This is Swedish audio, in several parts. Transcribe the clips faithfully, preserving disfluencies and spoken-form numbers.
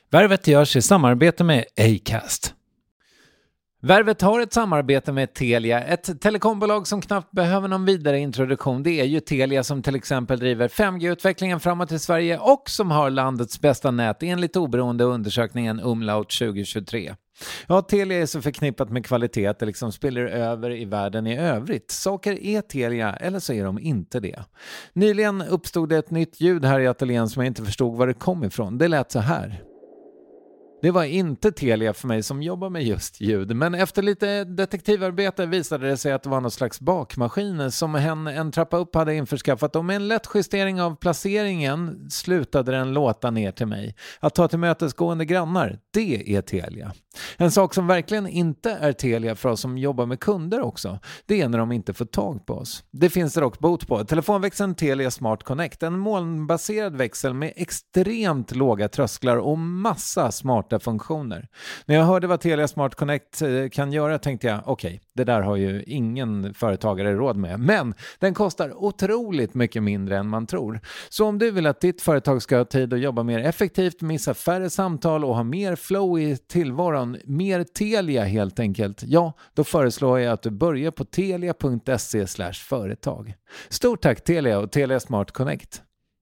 Värvet görs i samarbete med Acast. Värvet har ett samarbete med Telia, ett telekombolag som knappt behöver någon vidare introduktion. Det är ju Telia som till exempel driver fem G-utvecklingen framåt i Sverige och som har landets bästa nät enligt oberoende undersökningen Umlaut tjugo tjugotre. Ja, Telia är så förknippat med kvalitet att det liksom spiller över i världen i övrigt. Saker är Telia eller så är de inte det. Nyligen uppstod det ett nytt ljud här i ateljén som jag inte förstod var det kom ifrån. Det lät så här. Det var inte Telia för mig som jobbar med just ljud, men efter lite detektivarbete visade det sig att det var någon slags bakmaskin som en, en trappa upp hade införskaffat och med en lätt justering av placeringen slutade den låta ner till mig. Att ta till mötesgående grannar, det är Telia. En sak som verkligen inte är Telia för oss som jobbar med kunder också, det är när de inte får tag på oss. Det finns det dock bot på. Telefonväxeln Telia Smart Connect, en molnbaserad växel med extremt låga trösklar och massa smarta funktioner. När jag hörde vad Telia Smart Connect kan göra tänkte jag, okej, okay, det där har ju ingen företagare råd med. Men den kostar otroligt mycket mindre än man tror. Så om du vill att ditt företag ska ha tid att jobba mer effektivt, missa färre samtal och ha mer flow i tillvaron, mer Telia helt enkelt, ja, då föreslår jag att du börjar på telia.se slash företag. Stort tack Telia och Telia Smart Connect.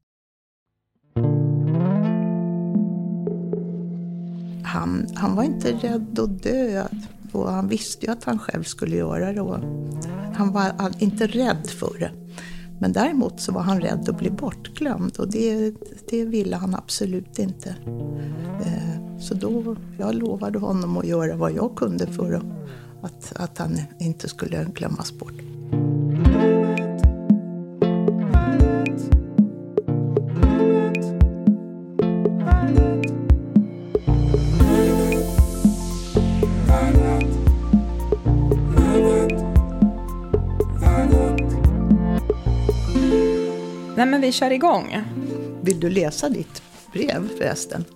Han, han var inte rädd att dö och han visste ju att han själv skulle göra det och han var inte rädd för det. Men däremot så var han rädd att bli bortglömd och det, det ville han absolut inte. Så då, jag lovade honom att göra vad jag kunde för att, att han inte skulle glömmas bort. Nej, men vi kör igång. Vill du läsa ditt brev förresten?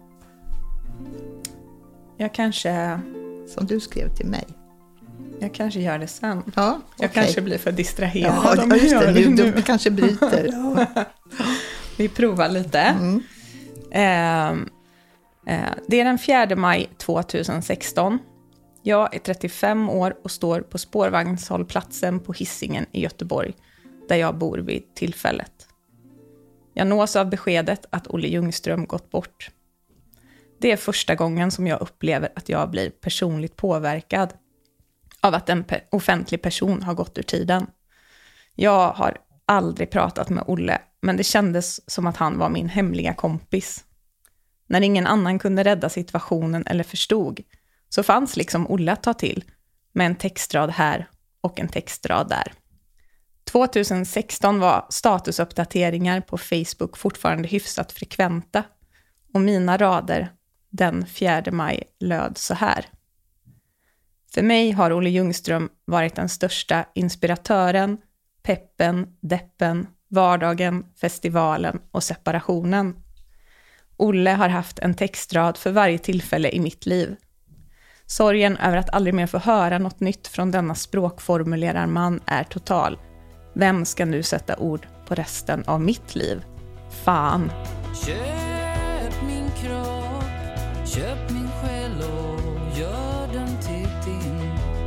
Jag kanske... Som du skrev till mig. Jag kanske gör det sen. Ja, jag okay. kanske blir för distraherad. Ja, om just jag det. det Nu, nu. Du kanske bryter. Ja. Vi provar lite. Mm. Eh, eh, det är den fjärde maj tjugohundrasexton. Jag är trettiofem år och står på spårvagnshållplatsen på Hisingen i Göteborg, där jag bor vid tillfället. Jag nås av beskedet att Olle Ljungström gått bort. Det är första gången som jag upplever att jag blir personligt påverkad av att en pe- offentlig person har gått ur tiden. Jag har aldrig pratat med Olle, men det kändes som att han var min hemliga kompis. När ingen annan kunde rädda situationen eller förstod, så fanns liksom Olle att ta till med en textrad här och en textrad där. tjugohundrasexton var statusuppdateringar på Facebook fortfarande hyfsat frekventa och mina rader den fjärde maj löd så här. För mig har Olle Ljungström varit den största inspiratören, peppen, deppen, vardagen, festivalen och separationen. Olle har haft en textrad för varje tillfälle i mitt liv. Sorgen över att aldrig mer få höra något nytt från denna språkformulerarman är total. Vem ska nu sätta ord på resten av mitt liv? Fan. Köp min kropp, köp min själ och gör den till din.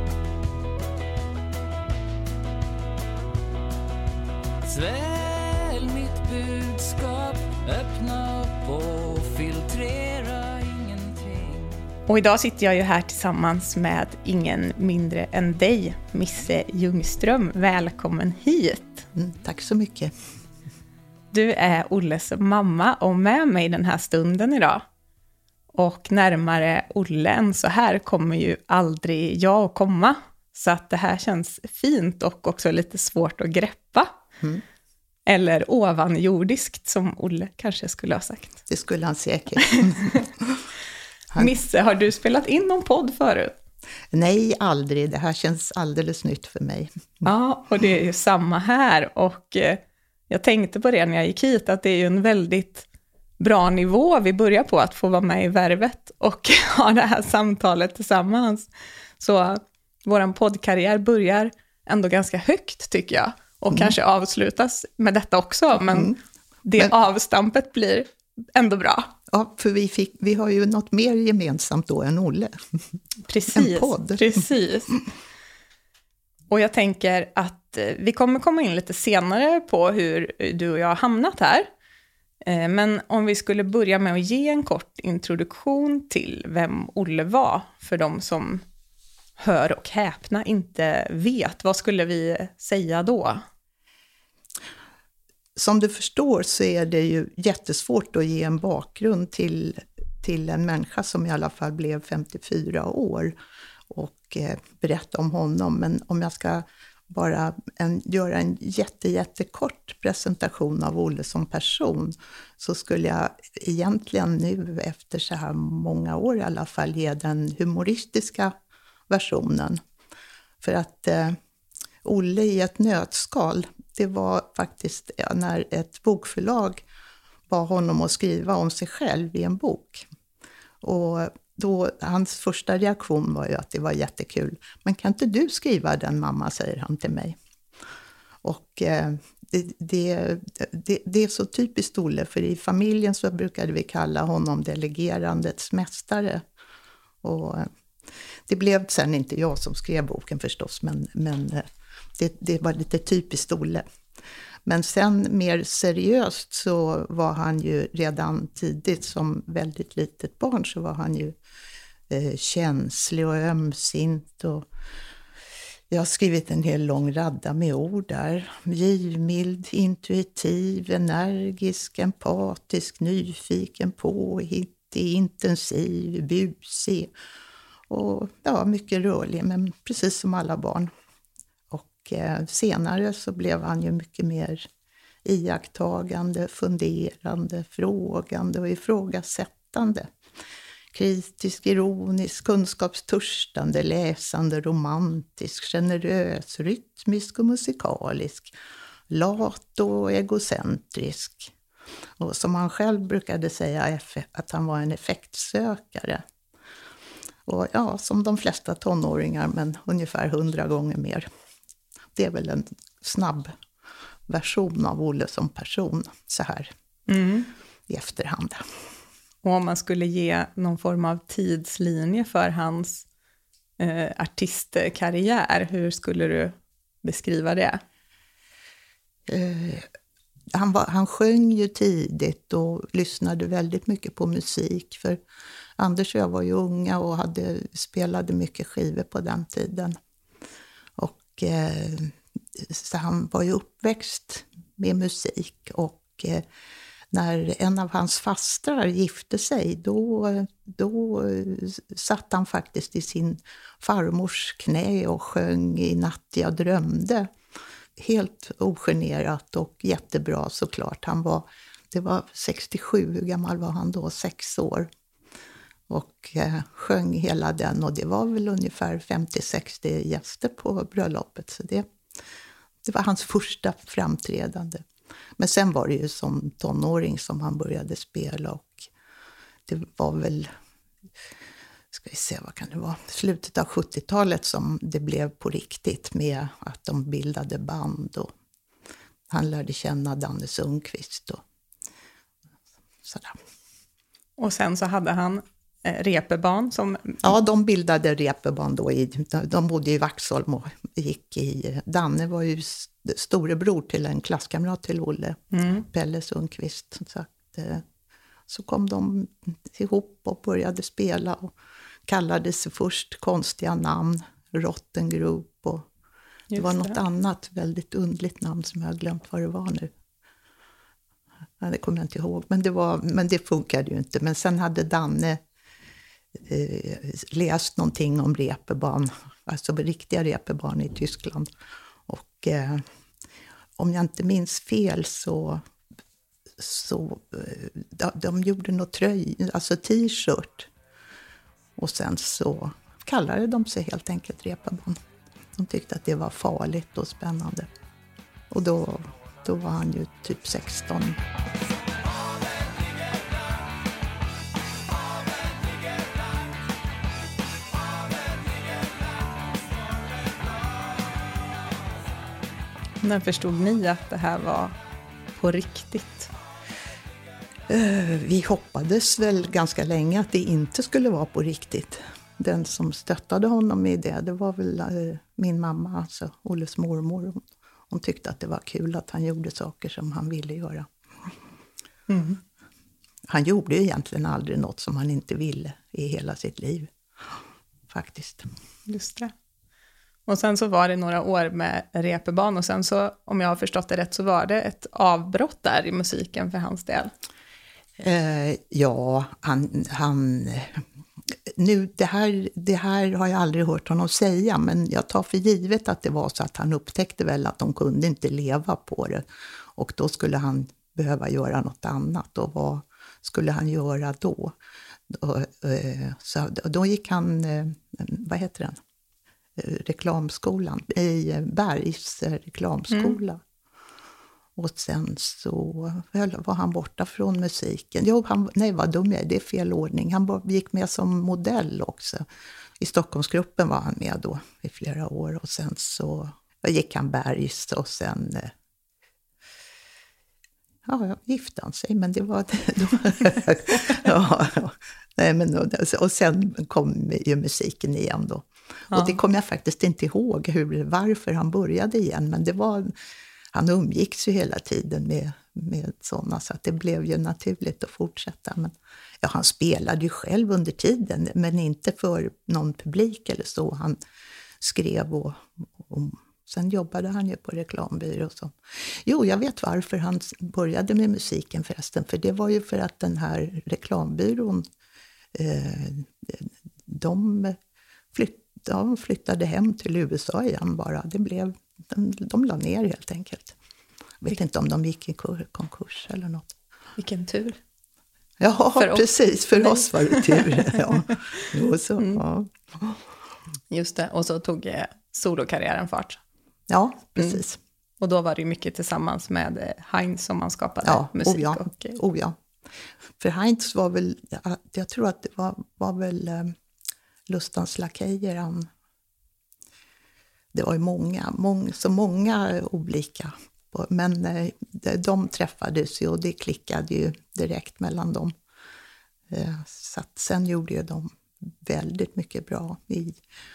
Svälj mitt budskap, öppna upp och filtrera ingenting. Och idag sitter jag ju här tillsammans med ingen mindre än dig, Misse Ljungström. Välkommen hit. Mm, tack så mycket. Du är Olles mamma och med mig den här stunden idag. Och närmare Olle än så här kommer ju aldrig jag att komma. Så att det här känns fint och också lite svårt att greppa. Mm. Eller ovanjordiskt som Olle kanske skulle ha sagt. Det skulle han säkert. han... Misse, har du spelat in någon podd förut? Nej, aldrig. Det här känns alldeles nytt för mig. Ja, och det är ju samma här. Och eh, jag tänkte på det när jag gick hit, att det är ju en väldigt bra nivå vi börjar på att få vara med i Värvet och ha det här samtalet tillsammans. Så vår poddkarriär börjar ändå ganska högt tycker jag. Och mm. kanske avslutas med detta också, men mm. det men... avstampet blir ändå bra. Ja, för vi, fick, vi har ju något mer gemensamt då än Olle. Precis, en podd. Precis. Och jag tänker att vi kommer komma in lite senare på hur du och jag har hamnat här. Men om vi skulle börja med att ge en kort introduktion till vem Olle var, för de som hör och häpna inte vet, vad skulle vi säga då? Som du förstår så är det ju jättesvårt att ge en bakgrund till, till en människa som i alla fall blev femtiofyra år och eh, berätta om honom. Men om jag ska bara en, göra en jätte, jättekort presentation av Olle som person, så skulle jag egentligen nu efter så här många år i alla fall ge den humoristiska versionen. För att eh, Olle i ett nötskal, det var faktiskt ja, när ett bokförlag bad honom att skriva om sig själv i en bok. Och då, hans första reaktion var ju att det var jättekul. Men kan inte du skriva den, mamma, säger han till mig. Och eh, det, det, det, det är så typiskt Olle, för i familjen så brukade vi kalla honom delegerandets mästare. Och det blev sen inte jag som skrev boken förstås, men, men det, det var lite typiskt Olle. Men sen mer seriöst så var han ju redan tidigt, som väldigt litet barn, så var han ju eh, känslig och ömsint. Och jag har skrivit en hel lång radda med ord där. Givmild, intuitiv, energisk, empatisk, nyfiken, påhittig, intensiv, busig. Och ja, mycket rörlig, men precis som alla barn. Och eh, senare så blev han ju mycket mer iakttagande, funderande, frågande och ifrågasättande. Kritisk, ironisk, kunskapstörstande, läsande, romantisk, generös, rytmisk och musikalisk, lat och egocentrisk. Och som han själv brukade säga, att han var en effektsökare. Och ja, som de flesta tonåringar, men ungefär hundra gånger mer. Det är väl en snabb version av Olle som person, så här mm. i efterhand. Och om man skulle ge någon form av tidslinje för hans eh, artistkarriär, hur skulle du beskriva det? Eh, han, var, han sjöng ju tidigt och lyssnade väldigt mycket på musik, för Anders och jag var ju unga och hade, spelade mycket skivor på den tiden. Och eh, så han var ju uppväxt med musik. Och eh, när en av hans fastrar gifte sig, då, då satt han faktiskt i sin farmors knä och sjöng I natt jag drömde. Helt ogenerat och jättebra såklart. Han var, det var sextiosju, hur gammal var han då? Sex år. Och eh, sjöng hela den, och det var väl ungefär femtio sextio gäster på bröllopet. Så det, det var hans första framträdande. Men sen var det ju som tonåring som han började spela, och det var väl, ska vi se vad kan det vara, slutet av sjuttiotalet som det blev på riktigt med att de bildade band, och han lärde känna Danne Sundqvist och sådär. Och sen så hade han Reeperbahn som... Ja, de bildade Reeperbahn då. I, de bodde i Vaxholm och gick i... Danne var ju storebror till en klasskamrat till Olle, mm. Pelle Sundqvist. Så, att, så kom de ihop och började spela och kallade sig först konstiga namn, Rotten Group, och det var något det. annat väldigt undligt namn som jag har glömt vad det var nu. Ja, det kommer jag inte ihåg, men det, var, men det funkade ju inte. Men sen hade Danne eh, läst någonting om Reeperbahn, alltså riktiga Reeperbahn i Tyskland. Och eh, om jag inte minns fel så, så de, de gjorde något tröj, alltså t-shirt. Och sen så kallade de sig helt enkelt Reeperbahn. De tyckte att det var farligt och spännande. Och då, då var han ju typ sexton. När förstod ni att det här var på riktigt? Vi hoppades väl ganska länge att det inte skulle vara på riktigt. Den som stöttade honom i det, det var väl min mamma, alltså Olles mormor. Hon, hon tyckte att det var kul att han gjorde saker som han ville göra. Mm. Han gjorde ju egentligen aldrig något som han inte ville i hela sitt liv. Faktiskt. Just det. Och sen så var det några år med reperban och sen så, om jag har förstått det rätt, så var det ett avbrott där i musiken för hans del. Eh, ja, han... han nu, det, här, det här har jag aldrig hört honom säga, men jag tar för givet att det var så att han upptäckte väl att de kunde inte leva på det. Och då skulle han behöva göra något annat. Och vad skulle han göra då? Då, eh, så, då gick han, eh, vad heter den? reklamskolan, i Bergs reklamskola. Mm. Och sen så var han borta från musiken. Jo, han, nej vad dum jag är, det är fel ordning. Han gick med som modell också. I Stockholmsgruppen var han med då i flera år. Och sen så gick han Bergs och sen ja, gifte han sig. Men det var då, ja, nej, men, och sen kom ju musiken igen då. Ja. Och det kommer jag faktiskt inte ihåg hur, varför han började igen. Men det var, han umgicks ju hela tiden med, med sådana, så att det blev ju naturligt att fortsätta. Men, ja, han spelade ju själv under tiden, men inte för någon publik eller så. Han skrev och, och sen jobbade han ju på reklambyrå. Så. Jo, jag vet varför han började med musiken förresten. För det var ju för att den här reklambyrån, eh, de flyttade. De flyttade hem till U S A igen bara. Det blev, de, de la ner helt enkelt. Jag vet inte om de gick i konkurs eller något. Vilken tur. Ja, för precis. Oss. För Nej. oss var det tur. Ja. Jo, så, mm. ja. Just det. Och så tog eh, solokarriären fart. Ja, precis. Mm. Och då var det mycket tillsammans med eh, Heinz som man skapade ja, musik. Oh ja, och, eh. oh ja. För Heinz var väl, jag tror att det var, var väl eh, Lustans lakejer han. Det var ju många, många, så många olika. Men de träffades ju och det klickade ju direkt mellan dem. Så att sen gjorde ju de väldigt mycket bra. I,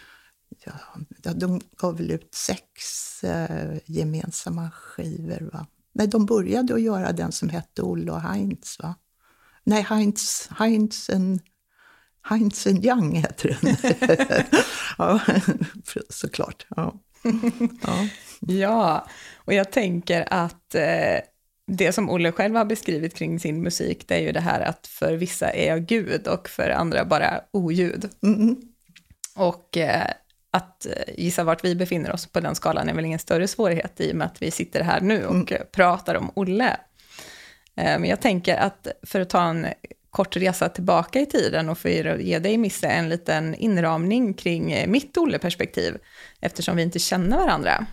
ja, de gav väl ut sex gemensamma skivor, va? Nej, de började att göra den som hette Olle och Heinz, va? Nej, Heinz, Heinz en... Heinz and Young heter den. Ja, såklart. Ja. Ja. Ja, och jag tänker att eh, det som Olle själv har beskrivit kring sin musik, det är ju det här att för vissa är jag Gud och för andra bara oljud. Mm. Och eh, att gissa vart vi befinner oss på den skalan är väl ingen större svårighet i och med att vi sitter här nu och mm. pratar om Olle. Eh, men jag tänker att för att ta en kort resa tillbaka i tiden och för att ge dig, Misse, en liten inramning kring mitt Olle-perspektiv eftersom vi inte känner varandra.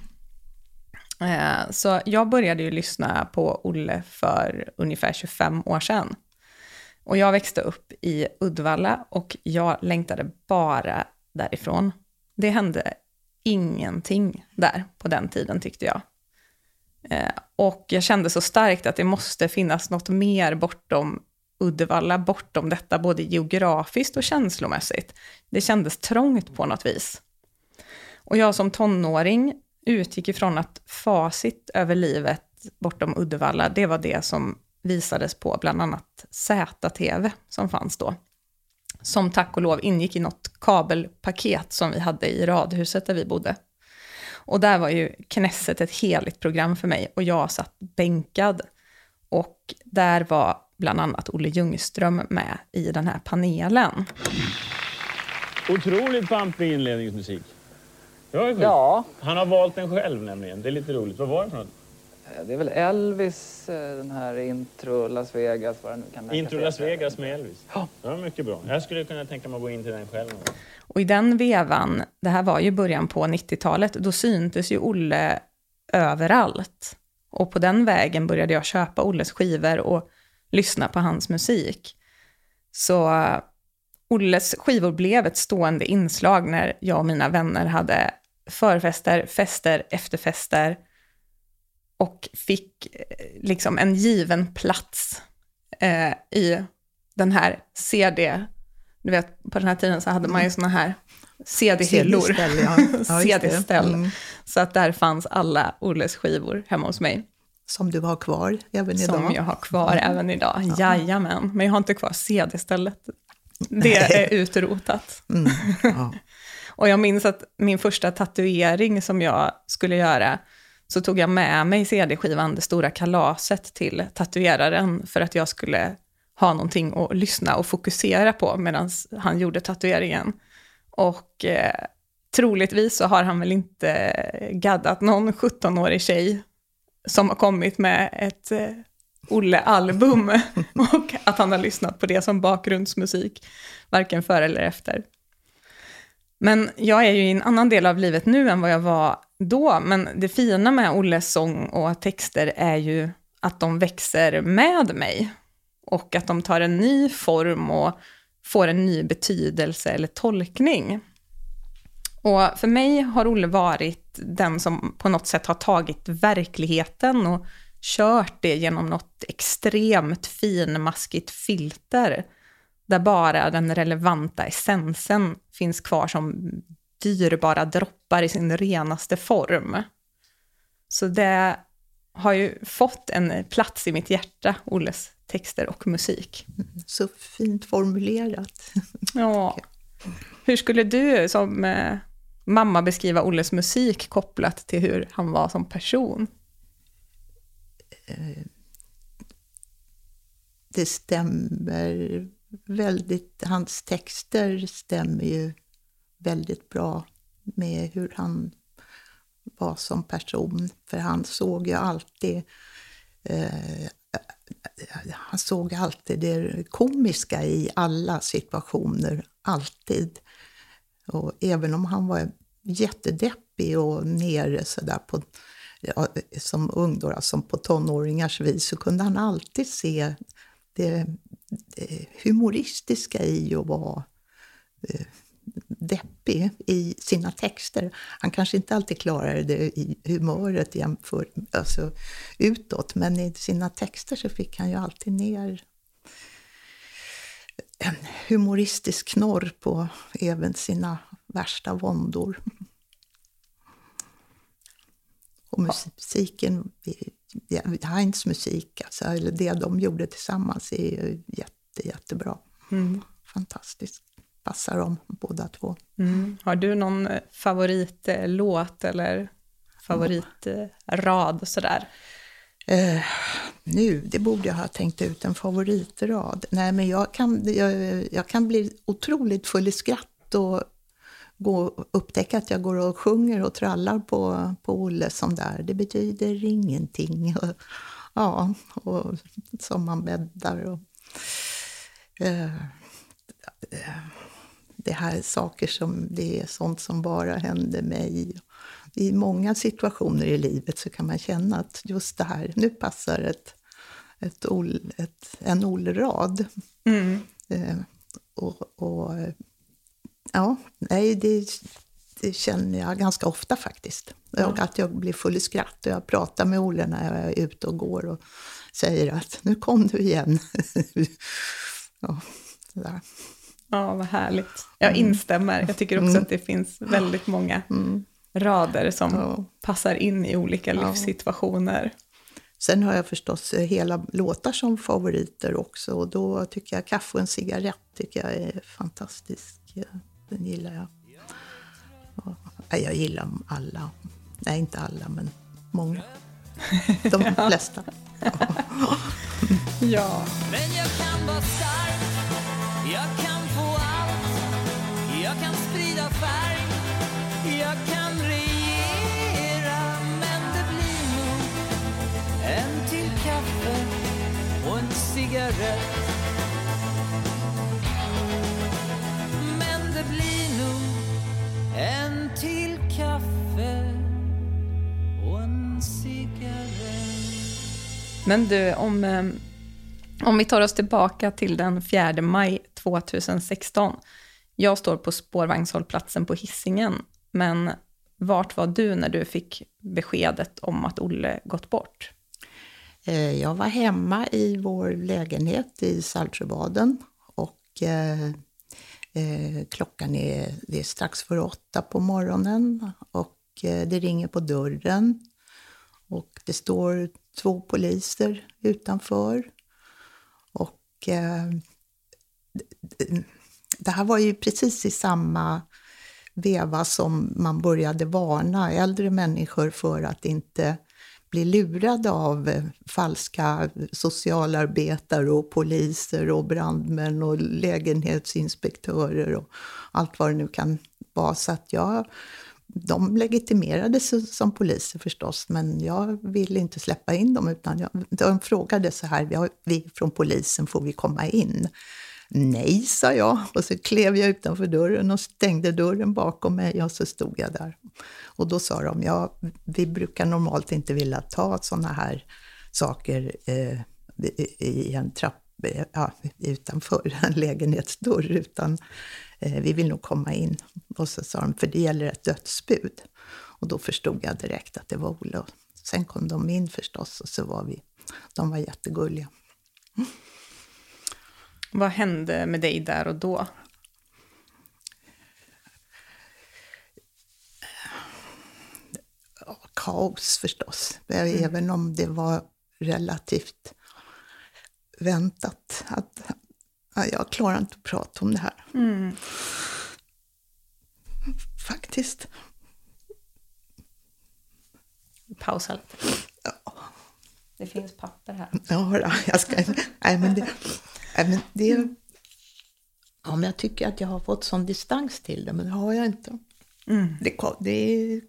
Så jag började ju lyssna på Olle för ungefär tjugofem år sedan. Och jag växte upp i Uddevalla och jag längtade bara därifrån. Det hände ingenting där på den tiden, tyckte jag. Och jag kände så starkt att det måste finnas något mer bortom Uddevalla, bortom detta både geografiskt och känslomässigt. Det kändes trångt på något vis. Och jag som tonåring utgick ifrån att facit över livet bortom Uddevalla, det var det som visades på bland annat Z T V som fanns då. Som tack och lov ingick i något kabelpaket som vi hade i radhuset där vi bodde. Och där var ju Knesset ett heligt program för mig och jag satt bänkad. Och där var bland annat Olle Ljungström med i den här panelen. Otroligt pampig inledningsmusik. Ja, ja. Han har valt den själv nämligen. Det är lite roligt. Vad var det för något? Det är väl Elvis, den här Intro Las Vegas. Vad det nu kan Intro Las Vegas med Elvis? Ja. Ja, mycket bra. Jag skulle kunna tänka mig att gå in till den själv. Och i den vevan, det här var ju början på nittiotalet, då syntes ju Olle överallt. Och på den vägen började jag köpa Olles skivor och lyssna på hans musik. Så uh, Olles skivor blev ett stående inslag när jag och mina vänner hade förfester, fester, efterfester och fick uh, liksom en given plats eh, i den här C D. Du vet, på den här tiden så hade man ju såna här C D-hyllor. C D-ställ, ja. Ja, C D-ställ. Mm. Så att där fanns alla Olles skivor hemma hos mig. Som du har kvar även idag. Som jag har kvar mm. även idag. Ja. Jajamän. Men jag har inte kvar C D-stället. Det är utrotat. Mm. Ja. Och jag minns att min första tatuering som jag skulle göra, så tog jag med mig C D-skivan, det stora kalaset, till tatueraren för att jag skulle ha någonting att lyssna och fokusera på medan han gjorde tatueringen. Och eh, troligtvis så har han väl inte gaddat någon sjuttonårig tjej som har kommit med ett eh, Olle-album och att han har lyssnat på det som bakgrundsmusik, varken före eller efter. Men jag är ju i en annan del av livet nu än vad jag var då, men det fina med Olles sång och texter är ju att de växer med mig och att de tar en ny form och får en ny betydelse eller tolkning. Och för mig har Olle varit den som på något sätt har tagit verkligheten och kört det genom något extremt finmaskigt filter där bara den relevanta essensen finns kvar som dyrbara droppar i sin renaste form. Så det har ju fått en plats i mitt hjärta, Olles texter och musik. Så fint formulerat. Ja. Hur skulle du som eh, mamma beskriva Olles musik kopplat till hur han var som person? Det stämmer väldigt, hans texter stämmer ju väldigt bra med hur han var som person. För han såg ju alltid eh, han såg alltid det komiska i alla situationer, alltid. Och även om han var jättedeppig och nere sådär på, ja, som ung då, som på tonåringars vis, så kunde han alltid se det, det humoristiska i att vara eh, deppig i sina texter. Han kanske inte alltid klarade det i humöret jämför, alltså utåt, men i sina texter så fick han ju alltid ner en humoristisk knorr på även sina värsta våndor. Och musiken, Heinz musik, alltså, eller det de gjorde tillsammans, är ju jätte, jättebra. Mm. Fantastiskt. Passar de båda två. Mm. Har du någon favoritlåt eller favoritrad sådär? Eh, nu, det borde jag ha tänkt ut en favoritrad. Nej, men jag kan, jag, jag kan bli otroligt full i skratt och gå, upptäcka att jag går och sjunger och trallar på, på Olle som där. Det betyder ingenting. Och, ja, och som man bäddar. Och, eh, det här saker som, det är sånt som bara händer mig. I många situationer i livet så kan man känna att just det här, nu passar ett, ett, ol, ett en Olle-rad. Mm. Eh, och, och ja, nej, det, det känner jag ganska ofta faktiskt. Mm. Och att jag blir full i skratt och jag pratar med Olle när jag är ute och går och säger att nu kom du igen. Ja, sådär. Ja, vad härligt. Jag mm. instämmer. Jag tycker också mm. att det finns väldigt många mm. rader som ja. passar in i olika livssituationer. Ja. Sen har jag förstås hela låtar som favoriter också. Och då tycker jag Kaffe och en cigarett tycker jag är fantastisk. Den gillar jag. Ja, jag gillar alla. Nej, inte alla, men många. De ja. flesta. Ja. ja. Men jag kan vara stark. Jag kan få allt. Jag kan sprida färg. Jag kan regera. Men det blir nog en till kaffe och en cigarett. Men det blir nog en till kaffe och en cigarett. Men du, om, om vi tar oss tillbaka till den fjärde maj tjugohundrasexton. Jag står på spårvagnshållplatsen på Hisingen. Men vart var du när du fick beskedet om att Olle gått bort? Eh, jag var hemma i vår lägenhet i Saltsjöbaden och eh, eh, klockan är, det är strax före åtta på morgonen och eh, det ringer på dörren och det står två poliser utanför och eh, det, det här var ju precis i samma veva som man började varna äldre människor för att inte bli lurade av falska socialarbetare och poliser och brandmän och lägenhetsinspektörer och allt vad det nu kan vara. Så att jag, de legitimerade sig som poliser förstås, men jag ville inte släppa in dem utan jag, de frågade så här, vi från polisen, får vi komma in? Nej, sa jag, och så klev jag utanför dörren och stängde dörren bakom mig och så stod jag där. Och då sa de, ja, vi brukar normalt inte vilja ta sådana här saker eh, i en trapp, ja, utanför en lägenhetsdörr, utan eh, vi vill nog komma in. Och så sa de, för det gäller ett dödsbud. Och då förstod jag direkt att det var Olle. Sen kom de in förstås och så var vi, de var jättegulliga. Mm. Vad hände med dig där och då? Ja, kaos förstås. Mm. Även om det var relativt väntat. Att, ja, jag klarar inte att prata om det här. Mm. Faktiskt. Pausa lite. Ja. Det finns papper här. Ja, jag ska... Nej, men det... Nej, men det... Ja, men jag tycker att jag har fått sån distans till det, men det har jag inte. Mm. Det, det,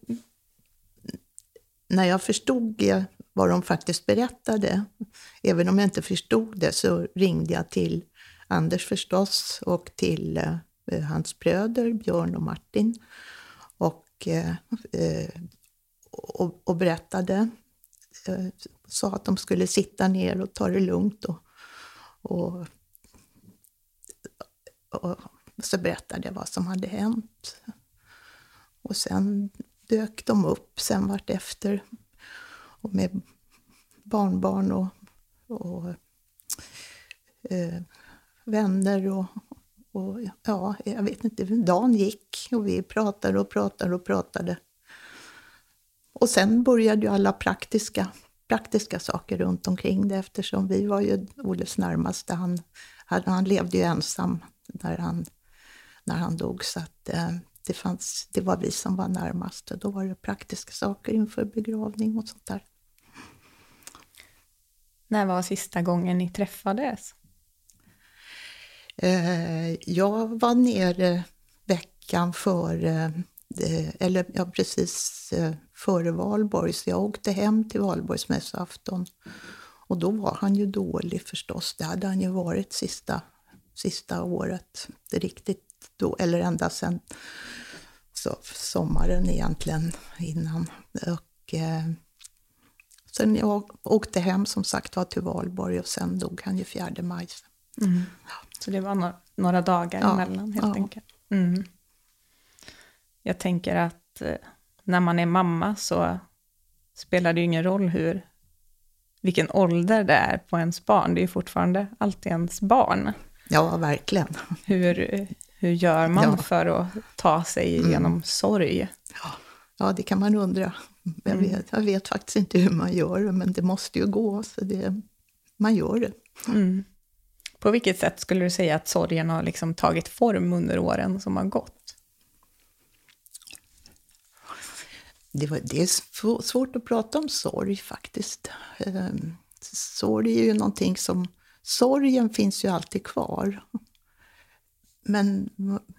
när jag förstod vad de faktiskt berättade, även om jag inte förstod det, så ringde jag till Anders förstås och till eh, hans bröder Björn och Martin och, eh, och, och berättade, eh, sa att de skulle sitta ner och ta det lugnt och, och, och så berättade jag vad som hade hänt. Och sen dök de upp sen vart efter och med barnbarn och, och eh, vänner och, och ja, jag vet inte, dagen gick och vi pratade och pratade och pratade. Och sen började ju alla praktiska, praktiska saker runt omkring det, eftersom vi var ju Olles närmaste. Han, han levde ju ensam när han, när han dog, så att eh, det, fanns, det var vi som var närmast. Då var det praktiska saker inför begravning och sånt där. När var sista gången ni träffades? Eh, jag var nere veckan före, eh, eller ja, precis eh, före Valborg, så jag åkte hem till Valborgsmässoafton. Och då var han ju dålig förstås. Det hade han ju varit sista, sista året. Det riktigt då, eller ända sedan så, sommaren egentligen innan. Och eh, sen jag åkte hem som sagt var till Valborg och sen dog han ju fjärde maj. Mm. Så det var några, några dagar ja, emellan helt ja. enkelt. Mm. Jag tänker att eh, när man är mamma så spelar det ju ingen roll hur, vilken ålder det är på ens barn. Det är ju fortfarande alltid ens barn. Ja, verkligen. Hur, hur gör man ja. för att ta sig mm. genom sorg? Ja. ja, det kan man undra. Jag vet, mm. jag vet faktiskt inte hur man gör det, men det måste ju gå. Så det, man gör det. Mm. På vilket sätt skulle du säga att sorgen har liksom tagit form under åren som har gått? Det, var, det är svårt att prata om sorg faktiskt. Sorg är ju någonting som... Sorgen finns ju alltid kvar. Men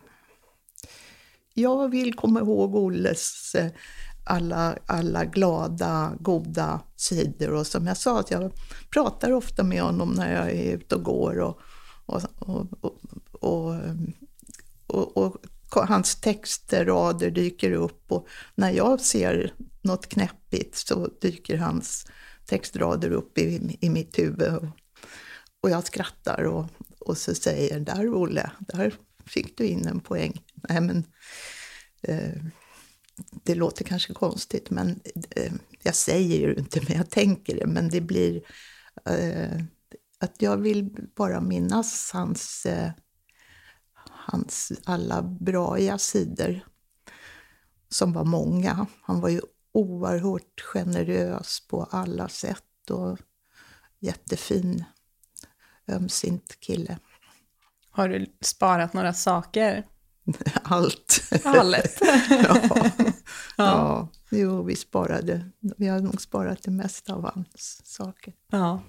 jag vill komma ihåg Olles alla, alla glada, goda sidor. Och som jag sa, att jag pratar ofta med honom när jag är ute och går. Och, och, och, och, och, och, och hans textrader dyker upp. Och när jag ser något knäppigt så dyker hans textrader upp i, i mitt huvud. Och, och jag skrattar och, och så säger, där Olle, där fick du in en poäng. Nej men... Eh, det låter kanske konstigt, men eh, jag säger ju inte, men jag tänker det. Men det blir eh, att jag vill bara minnas hans, eh, hans alla braiga sidor, som var många. Han var ju oerhört generös på alla sätt och jättefin, ömsint kille. Har du sparat några saker? Allt. Allt? ja. Ja. ja, jo, vi sparade. Vi har nog sparat det mesta av hans saker. Ja.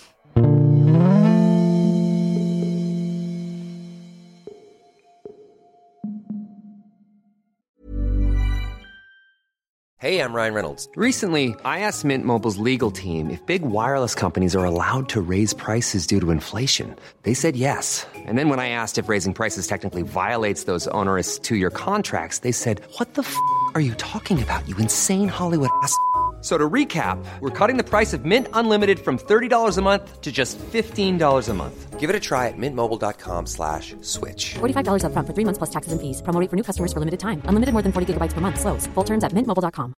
Hey, I'm Ryan Reynolds. Recently, I asked Mint Mobile's legal team if big wireless companies are allowed to raise prices due to inflation. They said yes. And then when I asked if raising prices technically violates those onerous two-year contracts, they said, "What the f*** are you talking about, you insane Hollywood ass?" So to recap, we're cutting the price of Mint Unlimited from thirty dollars a month to just fifteen dollars a month. Give it a try at mintmobile.com slash switch. forty-five dollars up front for three months plus taxes and fees. Promo rate for new customers for limited time. Unlimited more than forty gigabytes per month. Slows full terms at mint mobile dot com.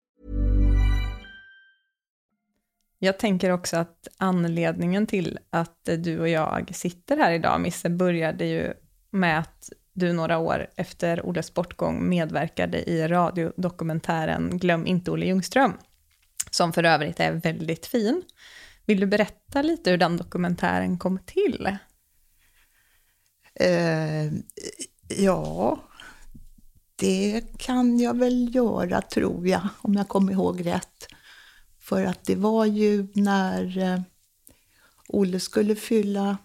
Jag tänker också att anledningen till att du och jag sitter här idag, Misse, började ju med att du några år efter Olles bortgång medverkade i radiodokumentären Glöm inte Olle Ljungström, som för övrigt är väldigt fin. Vill du berätta lite hur den dokumentären kom till? Eh, ja, det kan jag väl göra, tror jag, om jag kommer ihåg rätt. För att det var ju när eh, Olle skulle fylla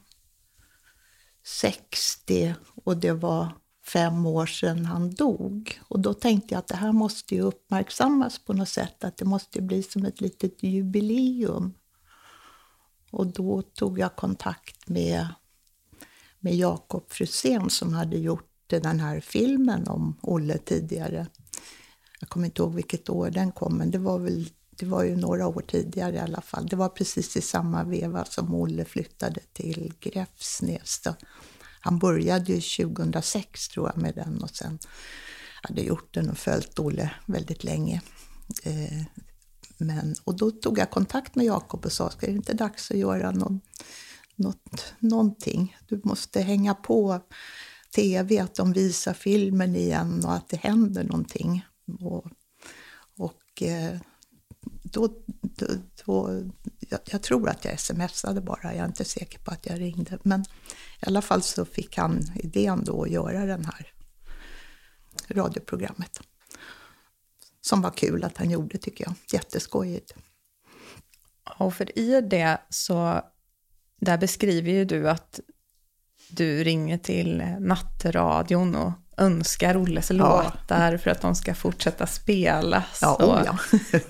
sextio och det var fem år sedan han dog. Och då tänkte jag att det här måste ju uppmärksammas på något sätt, att det måste bli som ett litet jubileum. Och då tog jag kontakt med, med Jakob Frusén som hade gjort den här filmen om Olle tidigare. Jag kommer inte ihåg vilket år den kom, men det var väl det var ju några år tidigare i alla fall. Det var precis i samma veva som Olle flyttade till Gräfsnäs. Han började ju tjugohundrasex, tror jag, med den, och sen hade gjort den och följt Olle väldigt länge. Eh, men, och då tog jag kontakt med Jakob och sa, ska det inte dags att göra någon, något, någonting? Du måste hänga på tv, att de visar filmen igen och att det händer någonting. Och, och eh, då, då, då jag, jag tror att jag smsade bara, jag är inte säker på att jag ringde. Men i alla fall så fick han idén då att göra den här radioprogrammet. Som var kul att han gjorde, tycker jag. Jätteskojigt. Och för i det så, där beskriver ju du att du ringer till nattradion och önskar Olles ja. låtar för att de ska fortsätta spelas. Ja, och, oh ja.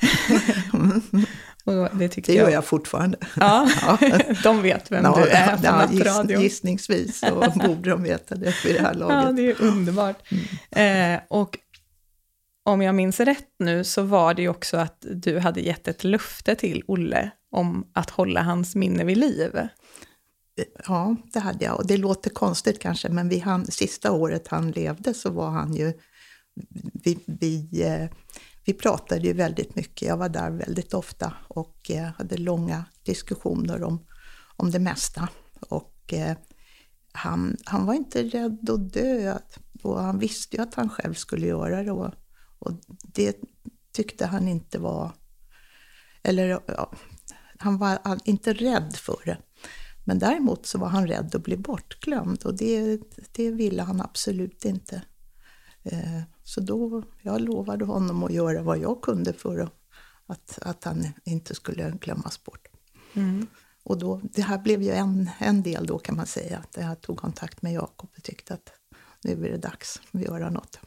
och det tycker det gör jag. jag fortfarande. Ja, de vet vem ja, du är på ja, nattradion. Giss, gissningsvis så borde de veta det vid det här laget. Ja, det är underbart. Mm. Eh, och om jag minns rätt nu så var det ju också att du hade gett ett löfte till Olle om att hålla hans minne vid liv. Ja, det hade jag. Och det låter konstigt kanske, men vi han, sista året han levde så var han ju... Vi, vi, vi pratade ju väldigt mycket. Jag var där väldigt ofta och hade långa diskussioner om, om det mesta. Och eh, han, han var inte rädd att dö. Och han visste ju att han själv skulle göra det. Och, och det tyckte han inte var... Eller ja, han var inte rädd för det. Men däremot så var han rädd att bli bortglömd, och det, det ville han absolut inte. Eh, så då, jag lovade honom att göra vad jag kunde för att, att han inte skulle glömmas bort. Mm. Och då, det här blev ju en, en del då, kan man säga. Att jag tog kontakt med Jakob och tyckte att nu är det dags att göra något.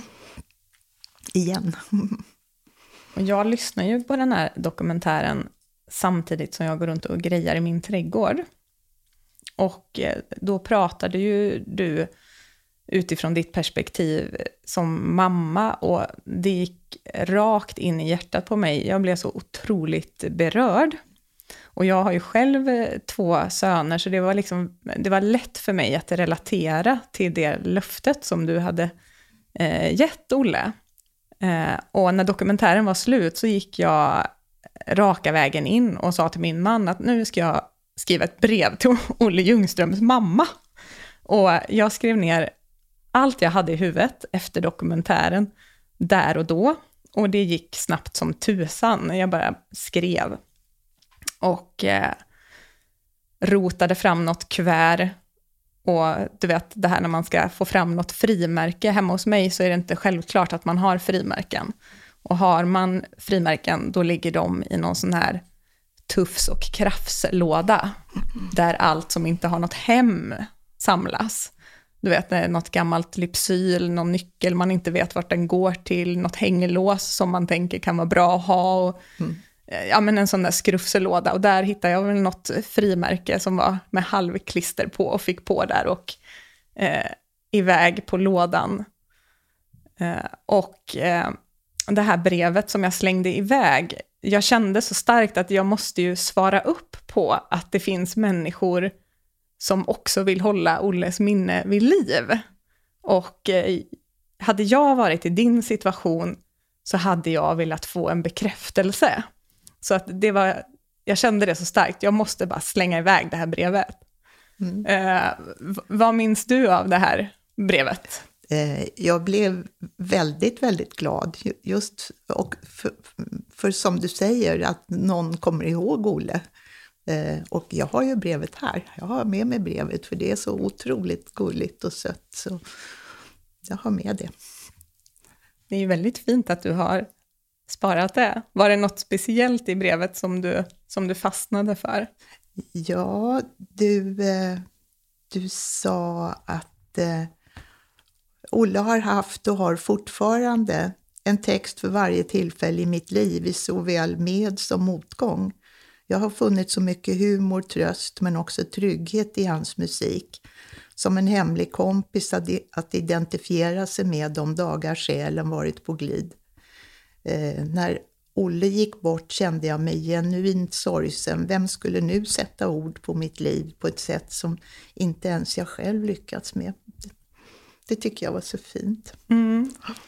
Igen. Och jag lyssnar ju på den här dokumentären samtidigt som jag går runt och grejar i min trädgård. Och då pratade ju du utifrån ditt perspektiv som mamma, och det gick rakt in i hjärtat på mig. Jag blev så otroligt berörd. Och jag har ju själv två söner, så det var liksom, det var lätt för mig att relatera till det löftet som du hade eh, gett Olle. Eh, och när dokumentären var slut så gick jag raka vägen in och sa till min man att nu ska jag skriva ett brev till Olle Ljungströms mamma. Och jag skrev ner allt jag hade i huvudet efter dokumentären där och då. Och det gick snabbt som tusan. Jag bara skrev. Och eh, rotade fram något kuvert. Och du vet, det här när man ska få fram något frimärke. Hemma hos mig så är det inte självklart att man har frimärken. Och har man frimärken, då ligger de i någon sån här tufs- och krafslåda. Där allt som inte har något hem samlas. Du vet, det är något gammalt lypsyl, någon nyckel man inte vet vart den går till, något hängelås som man tänker kan vara bra att ha. Och, mm. Ja, men en sån där skrufselåda. Och där hittade jag väl något frimärke som var med halvklister på och fick på där och eh, iväg på lådan. Eh, och eh, det här brevet som jag slängde iväg, jag kände så starkt att jag måste ju svara upp på att det finns människor som också vill hålla Olles minne vid liv. Och eh, hade jag varit i din situation så hade jag velat få en bekräftelse. Så att det var, jag kände det så starkt. Jag måste bara slänga iväg det här brevet. Mm. Eh, v- vad minns du av det här brevet? Eh, jag blev väldigt, väldigt glad. Just och för, för som du säger, att någon kommer ihåg Olle. Eh, och jag har ju brevet här. Jag har med mig brevet för det är så otroligt gulligt och sött. Så jag har med det. Det är ju väldigt fint att du har sparat det. Var det något speciellt i brevet som du, som du fastnade för? Ja, du, eh, du sa att eh, Olle har haft och har fortfarande en text för varje tillfälle i mitt liv i såväl med som motgång. Jag har funnit så mycket humor, tröst men också trygghet i hans musik. Som en hemlig kompis att identifiera sig med de dagar själen varit på glid. Eh, när Olle gick bort kände jag mig genuint sorgsen. Vem skulle nu sätta ord på mitt liv på ett sätt som inte ens jag själv lyckats med? Det, det tycker jag var så fint. Mm.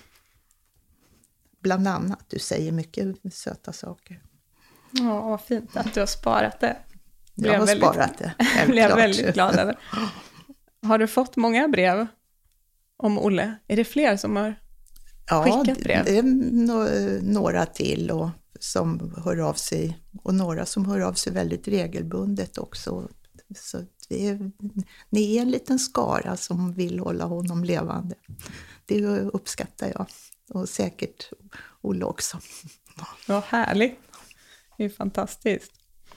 Bland annat, du säger mycket söta saker. Ja, vad fint att du har sparat det. Jag har väldigt, sparat det, Jag blev väldigt glad över. Har du fått många brev om Olle? Är det fler som har skickat brev? Ja, det är no- några till och, som hör av sig. Och några som hör av sig väldigt regelbundet också. Så det är, ni är en liten skara som vill hålla honom levande. Det uppskattar jag. Och säkert Olle också. Vad härligt. Det är fantastiskt.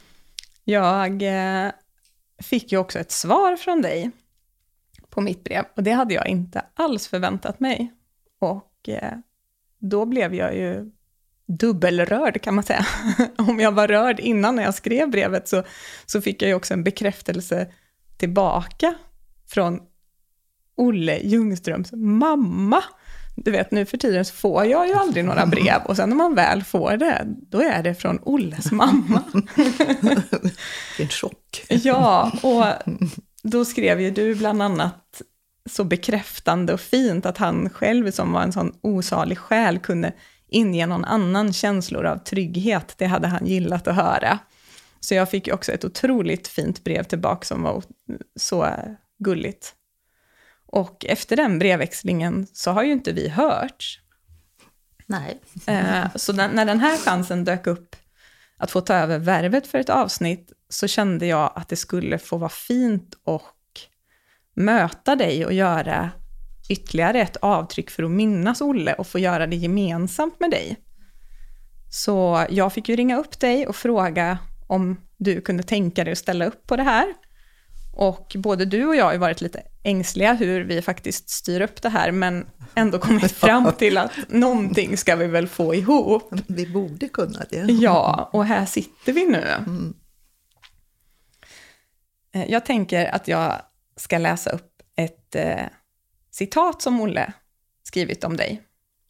Jag eh, fick ju också ett svar från dig på mitt brev. Och det hade jag inte alls förväntat mig. Och eh, då blev jag ju dubbelrörd kan man säga. Om jag var rörd innan när jag skrev brevet så, så fick jag ju också en bekräftelse tillbaka från Olle Ljungströms mamma. Du vet, nu för tiden så får jag ju aldrig några brev. Och sen när man väl får det, då är det från Olles mamma. Det är en chock. Ja, och då skrev ju du bland annat så bekräftande och fint att han själv som var en sån osalig själ kunde inge någon annan känslor av trygghet. Det hade han gillat att höra. Så jag fick ju också ett otroligt fint brev tillbaka som var så gulligt. Och efter den brevväxlingen så har ju inte vi hört. Nej. Eh, så den, när den här chansen dök upp att få ta över värvet för ett avsnitt så kände jag att det skulle få vara fint och möta dig och göra ytterligare ett avtryck för att minnas Olle och få göra det gemensamt med dig. Så jag fick ju ringa upp dig och fråga om du kunde tänka dig att ställa upp på det här. Och både du och jag har ju varit lite ängsliga hur vi faktiskt styr upp det här, men ändå kommit fram till att någonting ska vi väl få ihop. Vi borde kunna det. Ja, och här sitter vi nu. Mm. Jag tänker att jag ska läsa upp ett eh, citat som Olle skrivit om dig.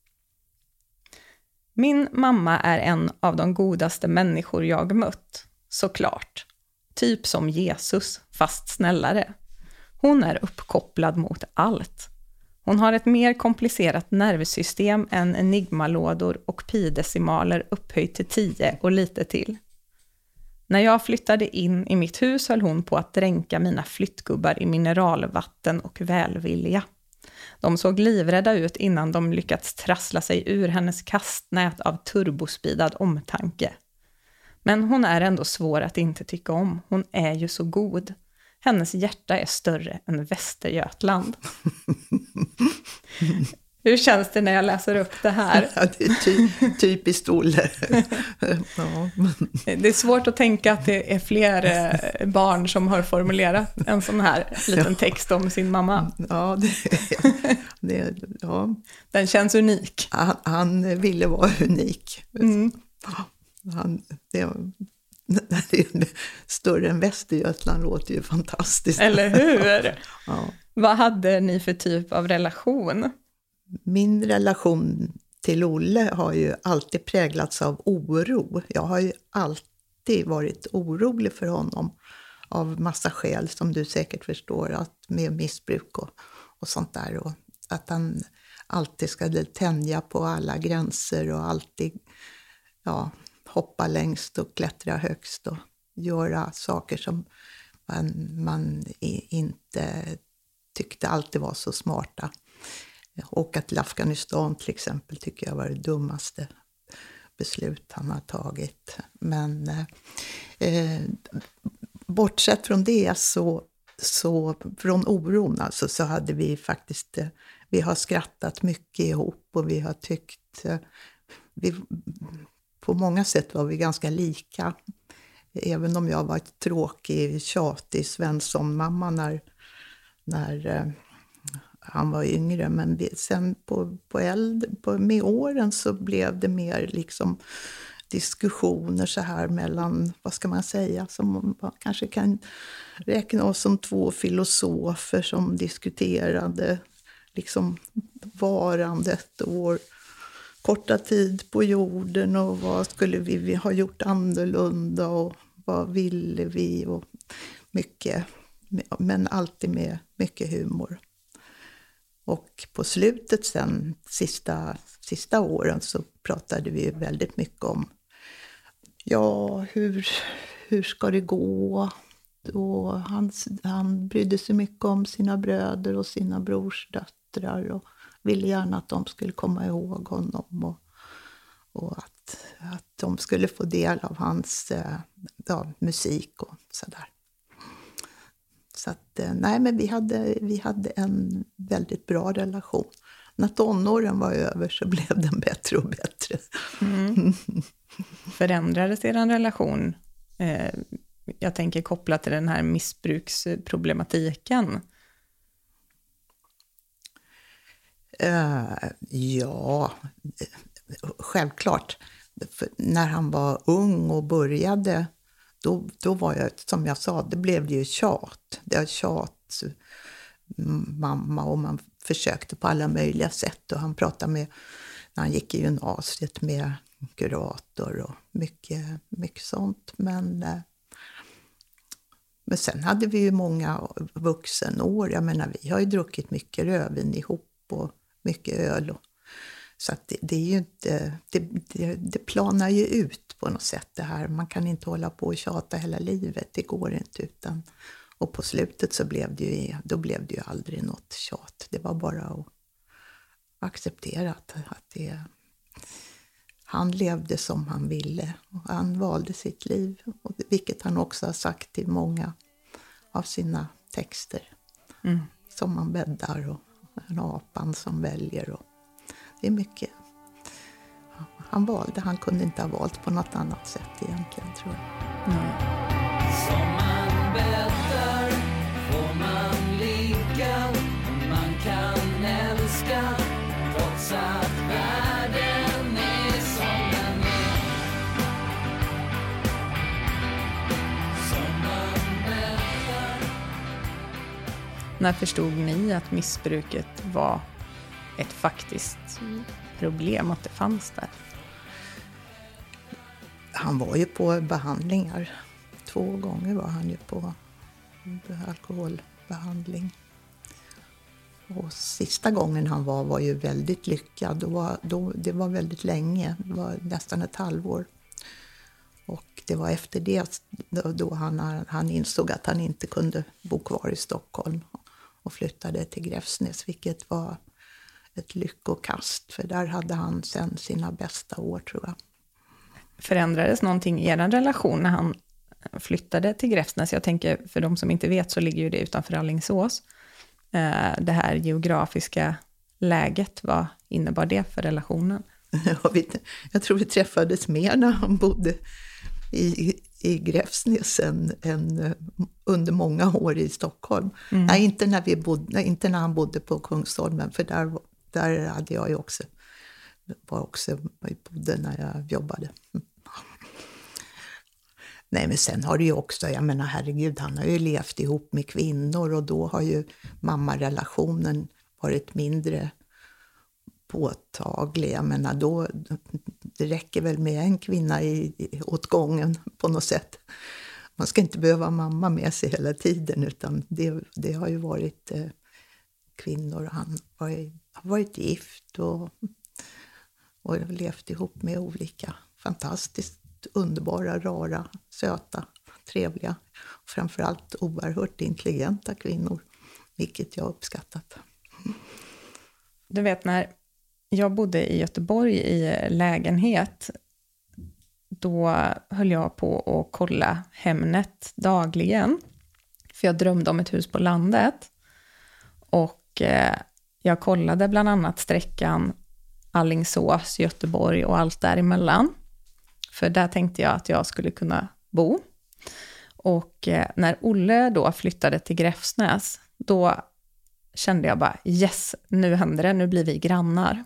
Min mamma är en av de godaste människor jag mött, såklart. Typ som Jesus, fast snällare. Hon är uppkopplad mot allt. Hon har ett mer komplicerat nervsystem än enigmalådor och pi-decimaler upphöjt till tio och lite till. När jag flyttade in i mitt hus höll hon på att dränka mina flyttgubbar i mineralvatten och välvilja. De såg livrädda ut innan de lyckats trassla sig ur hennes kastnät av turbospidad omtanke. Men hon är ändå svår att inte tycka om. Hon är ju så god. Hennes hjärta är större än Västergötland. Hur känns det när jag läser upp det här? Ja, det är ty- typiskt Olle. Ja. Det är svårt att tänka att det är fler barn som har formulerat en sån här liten text om sin mamma. Ja, det, det, ja. Den känns unik. Han, han ville vara unik. Mm. Han, det, det är större än Västergötland låter ju fantastiskt. Eller hur? Ja. Vad hade ni för typ av relation? Min relation till Olle har ju alltid präglats av oro. Jag har ju alltid varit orolig för honom av massa skäl som du säkert förstår, att med missbruk och, och sånt där. Och att han alltid ska tänja på alla gränser och alltid ja, hoppa längst och klättra högst och göra saker som man, man inte tyckte alltid var så smarta. Åka till Afghanistan till exempel tycker jag var det dummaste beslut han har tagit. Men eh, bortsett från det så, så från oron alltså, så hade vi faktiskt, eh, vi har skrattat mycket ihop och vi har tyckt, eh, vi, på många sätt var vi ganska lika. Även om jag var ett tråkig, tjatig Svensson-mamma när, när eh, han var yngre, men vi, sen på, på äldre, på, med åren så blev det mer liksom diskussioner så här mellan, vad ska man säga, som man kanske kan räkna oss som två filosofer som diskuterade liksom varandet och vår korta tid på jorden och vad skulle vi, vi ha gjort annorlunda och vad ville vi och mycket, men alltid med mycket humor. Och på slutet sen, sista, sista åren, så pratade vi väldigt mycket om ja, hur, hur ska det gå? Och han, han brydde sig mycket om sina bröder och sina brorsdöttrar och ville gärna att de skulle komma ihåg honom och, och att, att de skulle få del av hans ja, musik och sådär. Så att, nej, men vi hade, vi hade en väldigt bra relation. När tonåren var över så blev den bättre och bättre. Mm. Förändrades er relation? Eh, jag tänker kopplat till den här missbruksproblematiken. Uh, ja, självklart. För när han var ung och började... Då, då var jag, som jag sa, det blev det ju tjat. Det var tjat, mamma, och man försökte på alla möjliga sätt. Och han pratade med, när han gick i gymnasiet, med kurator och mycket, mycket sånt. Men, men sen hade vi ju många vuxenår. Jag menar, vi har ju druckit mycket rödvin ihop och mycket öl. Och, så att det, det är ju inte, det, det, det planar ju ut på något sätt det här. Man kan inte hålla på och tjata hela livet, det går inte. Utan, och på slutet så blev det ju, då blev det ju aldrig något tjat. Det var bara att acceptera att, att det, han levde som han ville. Och han valde sitt liv, och vilket han också har sagt i många av sina texter. Mm. Som man bäddar och en apan som väljer och det är mycket. Han valde, han kunde inte ha valt på något annat sätt egentligen, tror jag. Mm. Som man bäddar får man ligga, man kan älska trots att världen är som den är. Som man bäddar. När förstod ni att missbruket var ett faktiskt problem, att det fanns där? Han var ju på behandlingar. Två gånger var han ju på alkoholbehandling. Och sista gången han var var ju väldigt lyckad. Då var, då, det var väldigt länge, det var nästan ett halvår. Och det var efter det då, då han, han insåg att han inte kunde bo kvar i Stockholm och flyttade till Gräfsnäs, vilket var ett lyckokast. För där hade han sen sina bästa år, tror jag. Förändrades någonting i er relation när han flyttade till Gräfsnäs? Jag tänker, för de som inte vet så ligger ju det utanför Alingsås. Det här geografiska läget, vad innebar det för relationen? Jag, vet, jag tror vi träffades mer när han bodde i, i Gräfsnäs än, än under många år i Stockholm. Mm. Nej, inte när, vi bodde, inte när han bodde på Kungsholmen, för där, där hade jag ju också, var också, jag bodde när jag jobbade. Nej, men sen har det ju också, jag menar herregud, han har ju levt ihop med kvinnor och då har ju mammarelationen varit mindre påtaglig. Jag menar då, det räcker väl med en kvinna i, i, åt gången på något sätt. Man ska inte behöva mamma med sig hela tiden, utan det, det har ju varit eh, kvinnor. Han har ju, har varit gift och, och levt ihop med olika fantastiskt underbara, rara, söta, trevliga och framförallt oerhört intelligenta kvinnor, vilket jag uppskattat. Du vet, när jag bodde i Göteborg i lägenhet, då höll jag på att kolla Hemnet dagligen, för jag drömde om ett hus på landet, och eh, jag kollade bland annat sträckan Alingsås, Göteborg och allt däremellan. För där tänkte jag att jag skulle kunna bo. Och eh, när Olle då flyttade till Gräfsnäs, då kände jag bara, yes, nu händer det, nu blir vi grannar.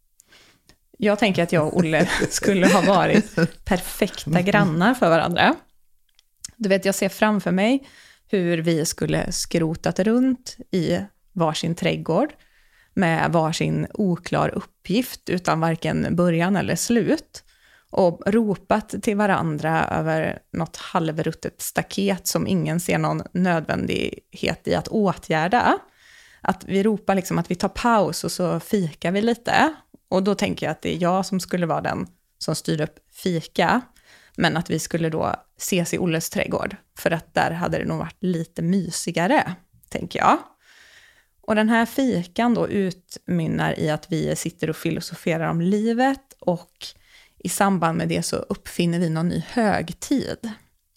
Jag tänker att jag och Olle skulle ha varit perfekta grannar för varandra. Du vet, jag ser framför mig hur vi skulle skrotat runt i varsin trädgård med varsin oklar uppgift utan varken början eller slut. Och ropat till varandra över något halvruttet staket som ingen ser någon nödvändighet i att åtgärda. Att vi ropar liksom att vi tar paus och så fikar vi lite. Och då tänker jag att det är jag som skulle vara den som styr upp fika. Men att vi skulle då ses i Olles trädgård. För att där hade det nog varit lite mysigare, tänker jag. Och den här fikan då utmynnar i att vi sitter och filosoferar om livet, och i samband med det så uppfinner vi någon ny högtid.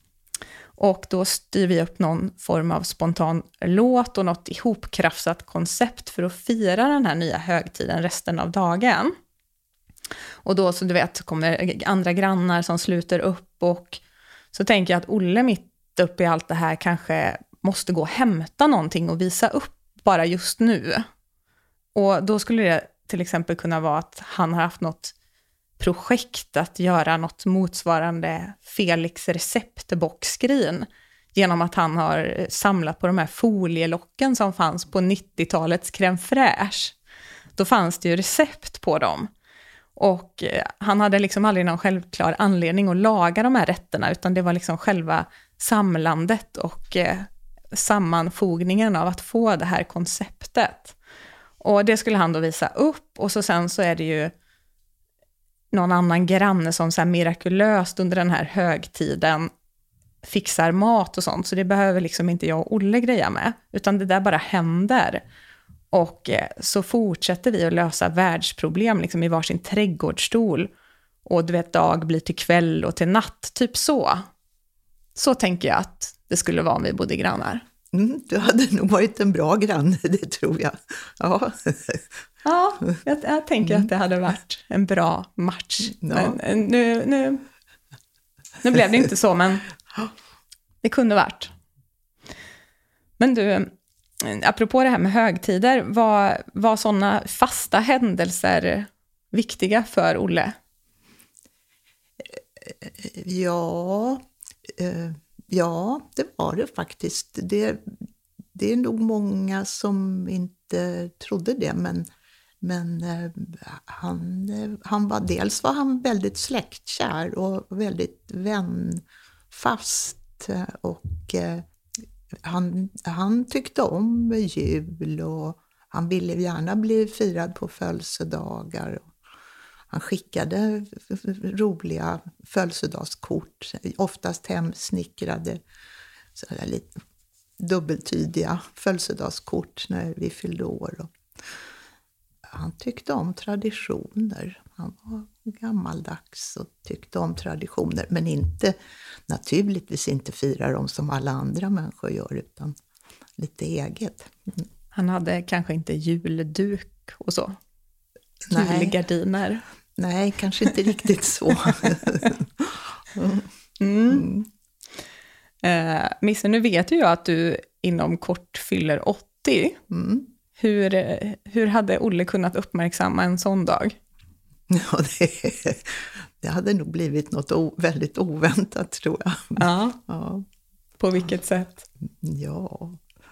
Och då styr vi upp någon form av spontan låt och något ihopkrafsat koncept för att fira den här nya högtiden resten av dagen. Och då, så du vet, kommer andra grannar som sluter upp, och så tänker jag att Olle mitt upp i allt det här kanske måste gå och hämta någonting och visa upp bara just nu. Och då skulle det till exempel kunna vara att han har haft något projekt att göra något motsvarande Felix receptboxskrin genom att han har samlat på de här folielocken som fanns på nittiotalets crème fraîche. Då fanns det ju recept på dem. Och han hade liksom aldrig någon självklar anledning att laga de här rätterna, utan det var liksom själva samlandet och eh, sammanfogningen av att få det här konceptet. Och det skulle han då visa upp, och så sen så är det ju någon annan granne som så här mirakulöst under den här högtiden fixar mat och sånt. Så det behöver liksom inte jag och Olle greja med, utan det där bara händer. Och eh, så fortsätter vi att lösa världsproblem liksom i varsin trädgårdsstol. Och du vet, dag blir till kväll och till natt, typ så. Så tänker jag att det skulle vara om vi bodde grannar. Mm, du hade nog varit en bra granne, det tror jag. Ja, ja jag, jag tänker mm. att det hade varit en bra match. Ja. Men nu, nu, nu blev det inte så, men det kunde varit. Men du, apropå det här med högtider, var, var sådana fasta händelser viktiga för Olle? Ja, eh, ja, det var det faktiskt. Det, det är nog många som inte trodde det, men, men eh, han, han var, dels var han väldigt släktkär och väldigt vänfast, och eh, han, han tyckte om jul och Han ville gärna bli firad på födelsedagar. Han skickade roliga födelsedagskort, oftast hemsnickrade, så där lite dubbeltydiga födelsedagskort när vi fyllde år. Och han tyckte om traditioner. Han var gammaldags och tyckte om traditioner, men inte, naturligtvis inte fira dem som alla andra människor gör, utan lite eget. Mm. Han hade kanske inte julduk och så? Nej. Julgardiner? Nej, kanske inte riktigt så. mm. Mm. Eh, Misse, nu vet ju jag att du inom kort fyller åttio. Mm. Hur, hur hade Olle kunnat uppmärksamma en sån dag? Ja, det, det hade nog blivit något o, väldigt oväntat, tror jag. Ja. Ja. På vilket sätt? Ja.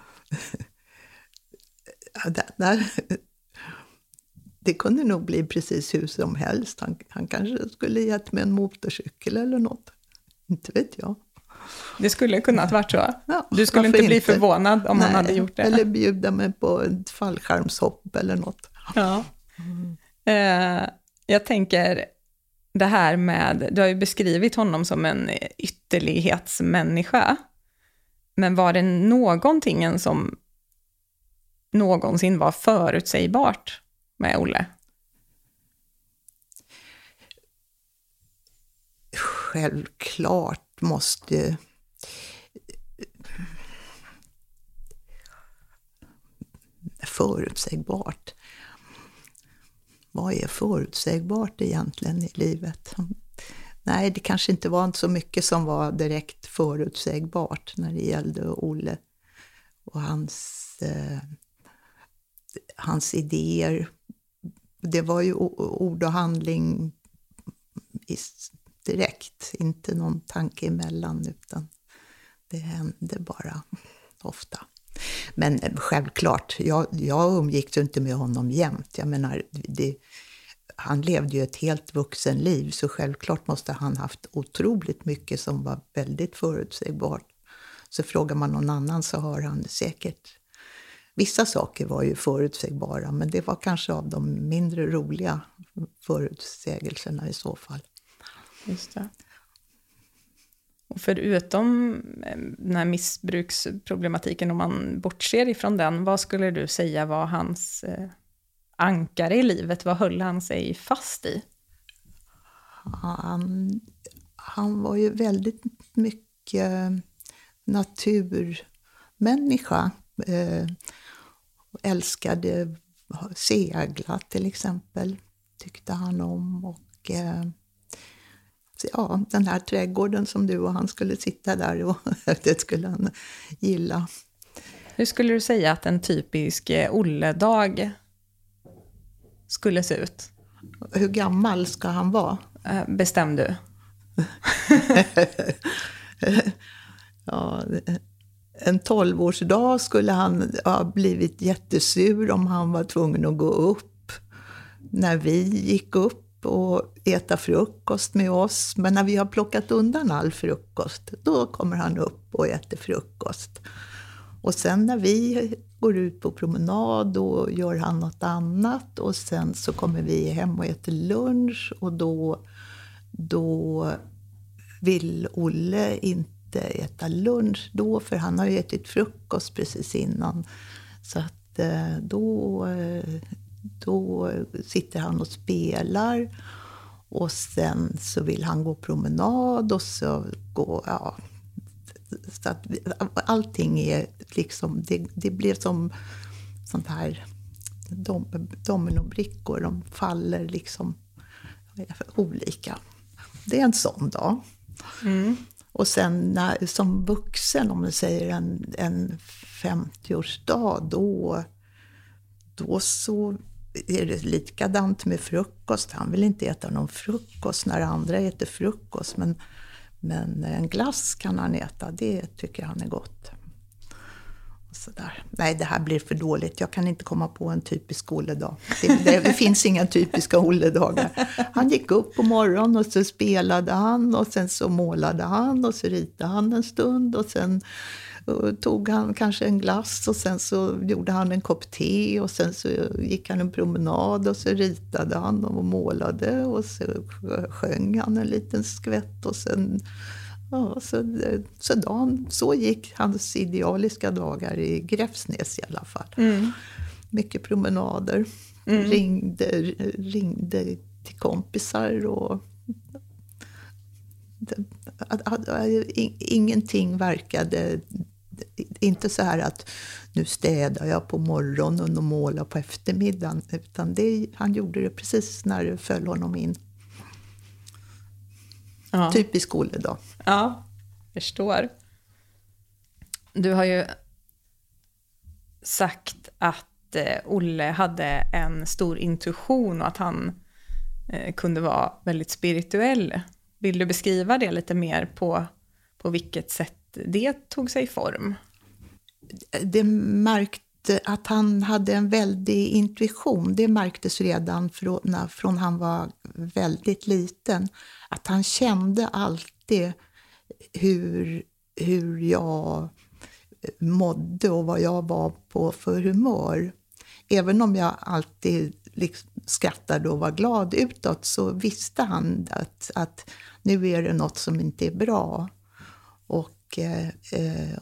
Där, där, det kunde nog bli precis hur som helst. Han, han kanske skulle gett mig en motorcykel eller något. Inte vet jag. Det skulle kunnat varit så. Ja, du skulle inte bli inte? förvånad om Nej, han hade gjort det. Eller bjuda mig på ett fallskärmshopp eller något. Ja. Mm. Eh, jag tänker det här med, du har ju beskrivit honom som en ytterlighetsmänniska. Men var det någonting som någonsin var förutsägbart med Olle? Självklart måste förutsägbart. Vad är förutsägbart egentligen i livet? Nej, det kanske inte var så mycket som var direkt förutsägbart när det gällde Olle och hans, eh, hans idéer. Det var ju ord och handling direkt, inte någon tanke emellan, utan det hände bara ofta. Men självklart, jag, jag umgicks inte med honom jämt. Jag menar, det, han levde ju ett helt vuxenliv, så självklart måste han haft otroligt mycket som var väldigt förutsägbart. Så frågar man någon annan så har han säkert. Vissa saker var ju förutsägbara, men det var kanske av de mindre roliga förutsägelserna i så fall. Just det. Och förutom den här missbruksproblematiken, om man bortser ifrån den, vad skulle du säga var hans eh, ankare i livet? Vad höll han sig fast i? Han, han var ju väldigt mycket naturmänniska. Eh, älskade segla till exempel, tyckte han om. Och eh, ja, den här trädgården som du och han skulle sitta där och det skulle han gilla. Hur skulle du säga att en typisk Olle-dag skulle se ut? Hur gammal ska han vara? Bestäm du. Ja, en tolvårsdag skulle han ha blivit jättesur om han var tvungen att gå upp när vi gick upp och äta frukost med oss. Men när vi har plockat undan all frukost, då kommer han upp och äter frukost. Och sen när vi går ut på promenad, då gör han något annat. Och sen så kommer vi hem och äter lunch. Och då, då vill Olle inte äta lunch då, för han har ju ätit frukost precis innan. Så att då... Då sitter han och spelar och sen så vill han gå promenad och så går, ja, så att allting är liksom, det, det blir som sånt här dom, dominobrickor, de faller liksom olika. Det är en sån dag. Mm. Och sen när, som vuxen, om man säger en, en femtioårsdag, då, då så är det likadant med frukost. Han vill inte äta någon frukost när andra äter frukost. Men, men en glass kan han äta. Det tycker han är gott. Och så där. Nej, det här blir för dåligt. Jag kan inte komma på en typisk Olle-dag. Det, det, det finns inga typiska Olle-dagar. Han gick upp på morgonen och så spelade han. Och sen så målade han. Och så ritade han en stund. Och sen och tog han kanske en glass och sen så gjorde han en kopp te och sen så gick han en promenad och så ritade han och målade och så sjöng han en liten skvätt och sen ja, så, så, dagen, så gick hans idealiska dagar i Gräfsnäs i alla fall. Mm. Mycket promenader, mm. ringde, ringde till kompisar och det, att, att, att, ingenting verkade, inte så här att nu städar jag på morgonen och målar på eftermiddagen, utan det, han gjorde det precis när det föll honom in. Ja. Typisk Olle då. Ja, förstår. Du har ju sagt att eh, Olle hade en stor intuition och att han eh, kunde vara väldigt spirituell. Vill du beskriva det lite mer på, på vilket sätt det tog sig form? Det märkte att han hade en väldig intuition. Det märktes redan från, från han var väldigt liten. Att han kände alltid hur, hur jag mådde och vad jag var på för humör. Även om jag alltid liksom skrattade och var glad utåt så visste han att, att nu är det något som inte är bra. Och, eh,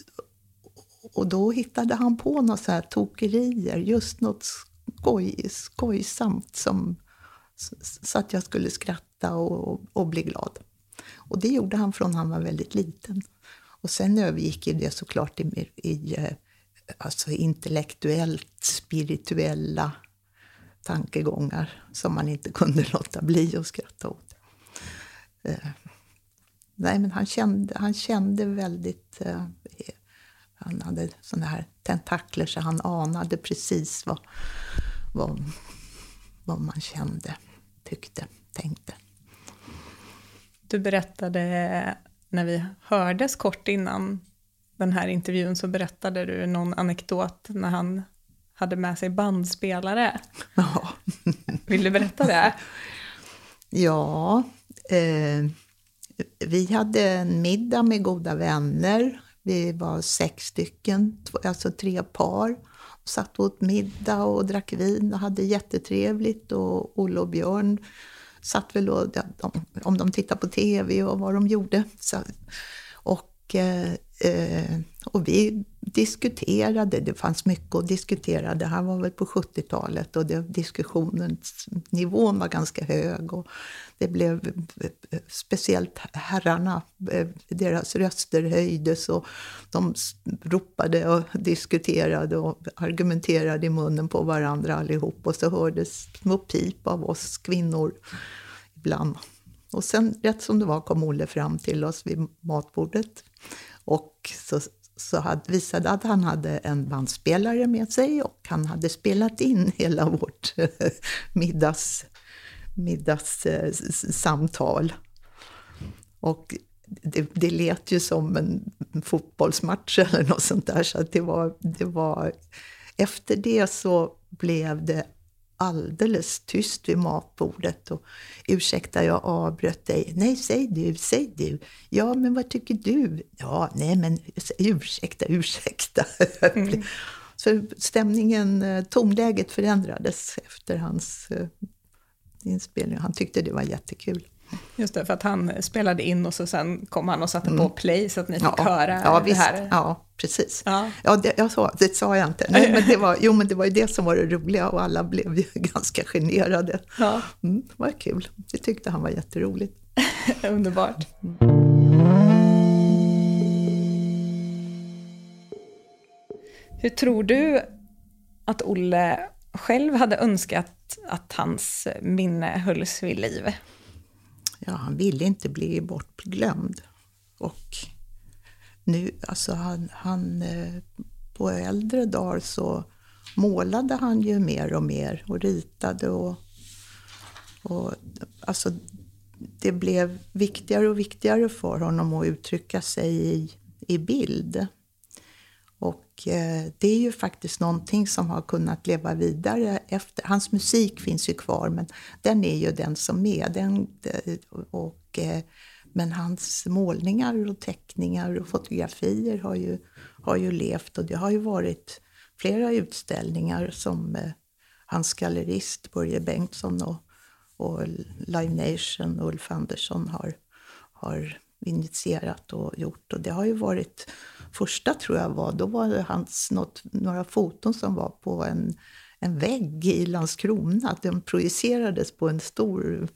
och då hittade han på något så här tokerier, just något skoj, skojsamt som, så att jag skulle skratta och, och bli glad. Och det gjorde han från han var väldigt liten. Och sen övergick det såklart i, i alltså intellektuellt spirituella tankegångar som man inte kunde låta bli att skratta åt. Eh, nej, men han kände, han kände väldigt... Eh, han hade såna här tentakler så han anade precis vad, vad, vad man kände, tyckte, tänkte. Du berättade, när vi hördes kort innan den här intervjun så berättade du någon anekdot när han hade med sig bandspelare. Ja. Vill du berätta det? Ja, eh, vi hade en middag med goda vänner. Vi var sex stycken, alltså tre par. Och satt åt middag och drack vin och hade jättetrevligt. Och Olle och Björn satt väl och, om de tittade på tv och vad de gjorde. Så, och, eh, och vi diskuterade, det fanns mycket att diskutera. Det här var väl på sjuttiotalet och det, diskussionens nivån var ganska hög. Och det blev speciellt herrarna, deras röster höjdes och de ropade och diskuterade och argumenterade i munnen på varandra allihop. Och så hördes små pip av oss kvinnor ibland. Och sen rätt som det var kom Olle fram till oss vid matbordet och så, så hade, visade att han hade en bandspelare med sig och han hade spelat in hela vårt middags, middagssamtal. Och det, det lät ju som en fotbollsmatch eller något sånt där, så att det var, det var efter det så blev det alldeles tyst vid matbordet och ursäkta, jag avbröt dig. Nej, säg du, säg du. Ja, men vad tycker du? Ja, nej, men ursäkta, ursäkta. Mm. Så stämningen, tonläget förändrades efter hans uh, inspelning. Han tyckte det var jättekul. Just det, för att han spelade in och så sen kom han och satte mm. på play så att ni fick ja, höra ja, det visst. här. Ja, precis. Ja, ja det, jag sa, det sa jag inte. Nej, men det var, jo, men det var ju det som var det roliga och alla blev ju ganska generade. Ja. Mm, det var kul. Det tyckte han var jätteroligt. Underbart. Hur tror du att Olle själv hade önskat att hans minne hölls vid liv? Ja, han ville inte bli bortglömd. Och nu, alltså han, han på äldre dagar så målade han ju mer och mer och ritade och, och alltså det blev viktigare och viktigare för honom att uttrycka sig i, i bild. Och eh, det är ju faktiskt någonting som har kunnat leva vidare efter. Hans musik finns ju kvar, men den är ju den som är. Den, och, eh, men hans målningar och teckningar och fotografier har ju, har ju levt. Och det har ju varit flera utställningar som eh, hans gallerist Börje Bengtsson och, och Live Nation och Ulf Andersson har, har initierat och gjort. Och det har ju varit, första tror jag var, då var det hans något, några foton som var på en, en vägg i Landskrona. De projicerades på en stor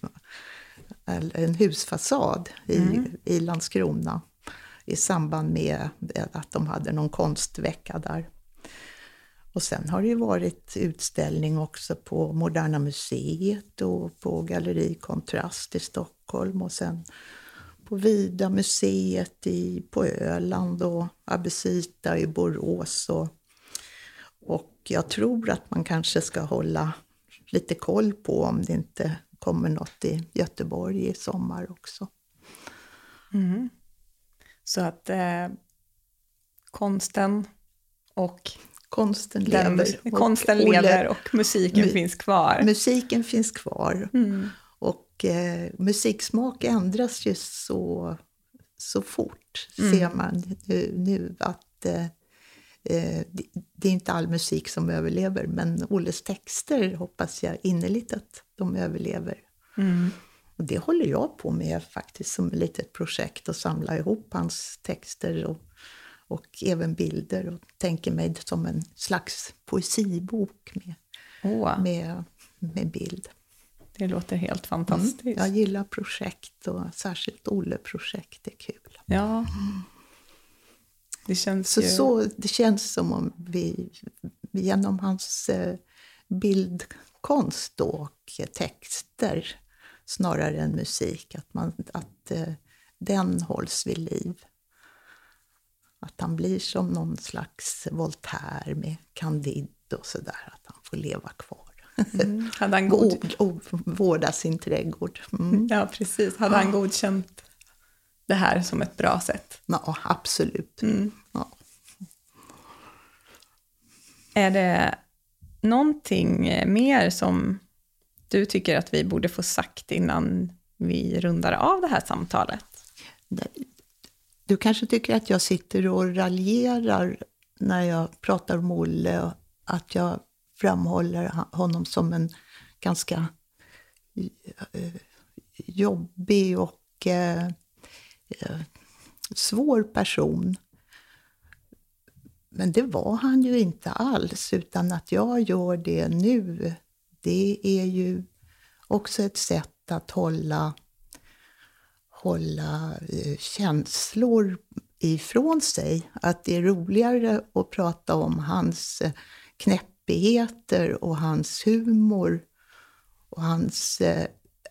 en husfasad i, mm. i Landskrona i samband med att de hade någon konstvecka där. Och sen har det ju varit utställning också på Moderna Museet och på Galleri Kontrast i Stockholm och sen på Vida museet i, på Öland och Abesita i Borås. Och, och jag tror att man kanske ska hålla lite koll på om det inte kommer något i Göteborg i sommar också. Mm. Så att eh, konsten och konsten lever, den, konsten och, lever och musiken mu- finns kvar. Musiken finns kvar. Mm. Och eh, musiksmak ändras ju så, så fort. Mm. Ser man nu, nu att eh, det, det är inte all musik som överlever. Men Olles texter hoppas jag innerligt att de överlever. Mm. Och det håller jag på med faktiskt som ett litet projekt. Att samla ihop hans texter och, och även bilder. Och tänker mig som en slags poesibok med, oh. med, med bild. Det låter helt fantastiskt. Mm. Jag gillar projekt och särskilt Olle-projekt, det är kul. Ja, det känns så, ju... så det känns som om vi genom hans eh, bildkonst och texter snarare än musik, att, man, att eh, den hålls vid liv. Att han blir som någon slags Voltaire med Candide och sådär, att han får leva kvar. Mm. Hade han god... och, och vårda sin trädgård. Mm. Ja, precis. Hade han godkänt det här som ett bra sätt? Ja, absolut. Mm. Ja. Är det någonting mer som du tycker att vi borde få sagt innan vi rundar av det här samtalet? Du kanske tycker att jag sitter och raljerar när jag pratar om Olle, att jag framhåller honom som en ganska jobbig och eh, svår person. Men det var han ju inte alls, utan att jag gör det nu, det är ju också ett sätt att hålla, hålla eh, känslor ifrån sig. Att det är roligare att prata om hans eh, knäppigheter och hans humor och hans eh,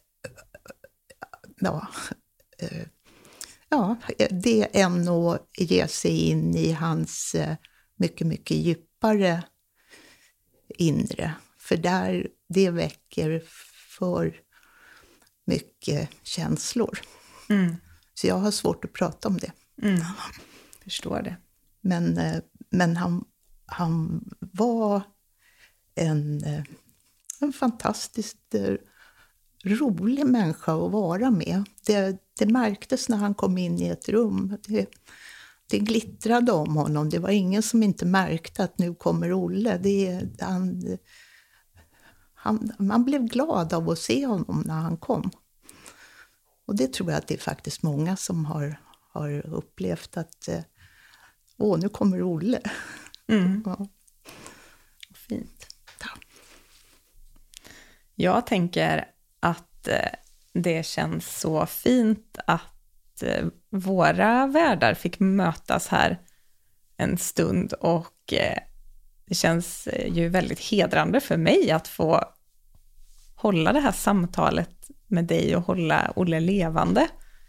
ja, eh, ja, det än att ge sig in i hans eh, mycket, mycket djupare inre. För där det väcker för mycket känslor. Mm. Så jag har svårt att prata om det. Mm. Förstår det. Men, eh, men han Han var en, en fantastiskt rolig människa att vara med. Det, det märktes när han kom in i ett rum. Det, det glittrade om honom. Det var ingen som inte märkte att nu kommer Olle. Det, han, han, man blev glad av att se honom när han kom. Och det tror jag att det är faktiskt många som har, har upplevt att åh, nu kommer Olle. Mm. Ja. Fint. Ja. Jag tänker att det känns så fint att våra världar fick mötas här en stund, och det känns ju väldigt hedrande för mig att få hålla det här samtalet med dig och hålla Olle levande.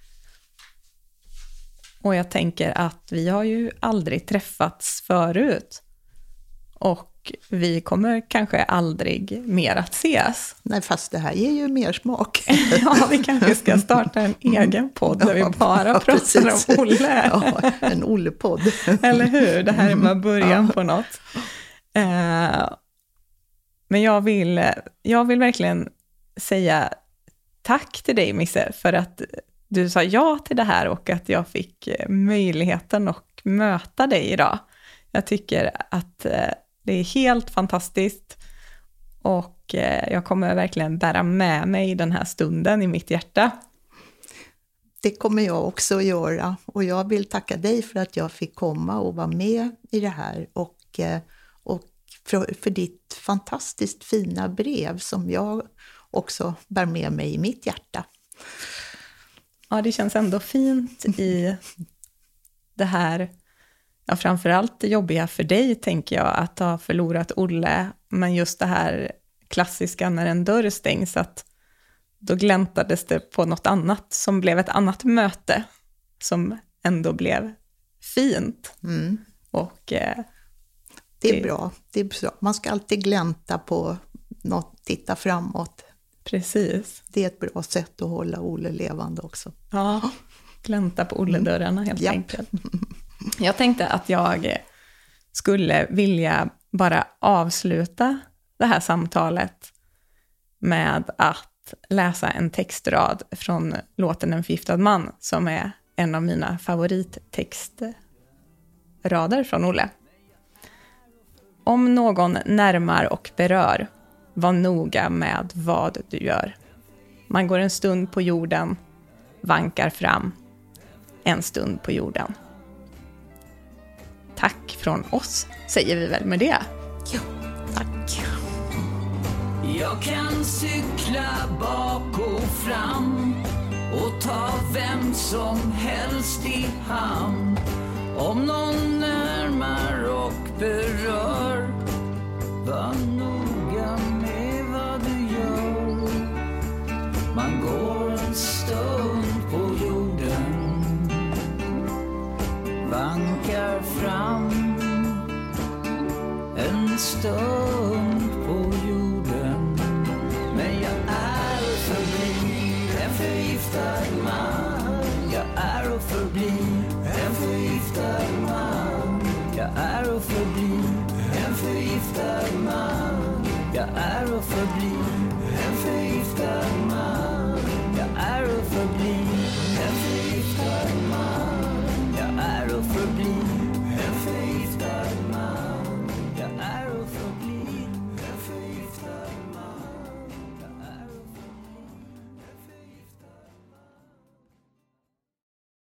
Och jag tänker att vi har ju aldrig träffats förut. Och vi kommer kanske aldrig mer att ses. Nej, fast det här ger ju mer smak. Ja, vi kanske ska starta en egen podd där vi bara ja, pratar precis. om Olle. Ja, en Olle-podd. Eller hur? Det här är bara början ja. på något. Uh, men jag vill, jag vill verkligen säga tack till dig, Misse, för att du sa ja till det här och att jag fick möjligheten att möta dig idag. Jag tycker att det är helt fantastiskt och jag kommer verkligen bära med mig den här stunden i mitt hjärta. Det kommer jag också att göra och jag vill tacka dig för att jag fick komma och vara med i det här och, och för, för ditt fantastiskt fina brev som jag också bär med mig i mitt hjärta. Ja, det känns ändå fint i det här, ja, framförallt det jobbiga för dig tänker jag, att ha förlorat Olle, men just det här klassiska när en dörr stängs, att då gläntades det på något annat som blev ett annat möte som ändå blev fint. Mm. Och eh, det är det, bra. Det är bra. Man ska alltid glänta på något, titta framåt. Precis. Det är ett bra sätt att hålla Olle levande också. Ja, glänta på Olle-dörrarna helt Japp. enkelt. Jag tänkte att jag skulle vilja bara avsluta det här samtalet med att läsa en textrad från låten En förgiftad man, som är en av mina favorittextrader från Olle. Om någon närmar och berör, var noga med vad du gör. Man går en stund på jorden, vankar fram, en stund på jorden. Tack från oss, säger vi väl med det. Ja, tack. Jag kan cykla bak och fram och ta vem som helst i hamn. Om någon närmar och berör, var noga med vad du gör. Man går en stund på jorden, vankar fram, en stund på jorden. Men jag är och förblir en förgiftad man. Jag är och förblir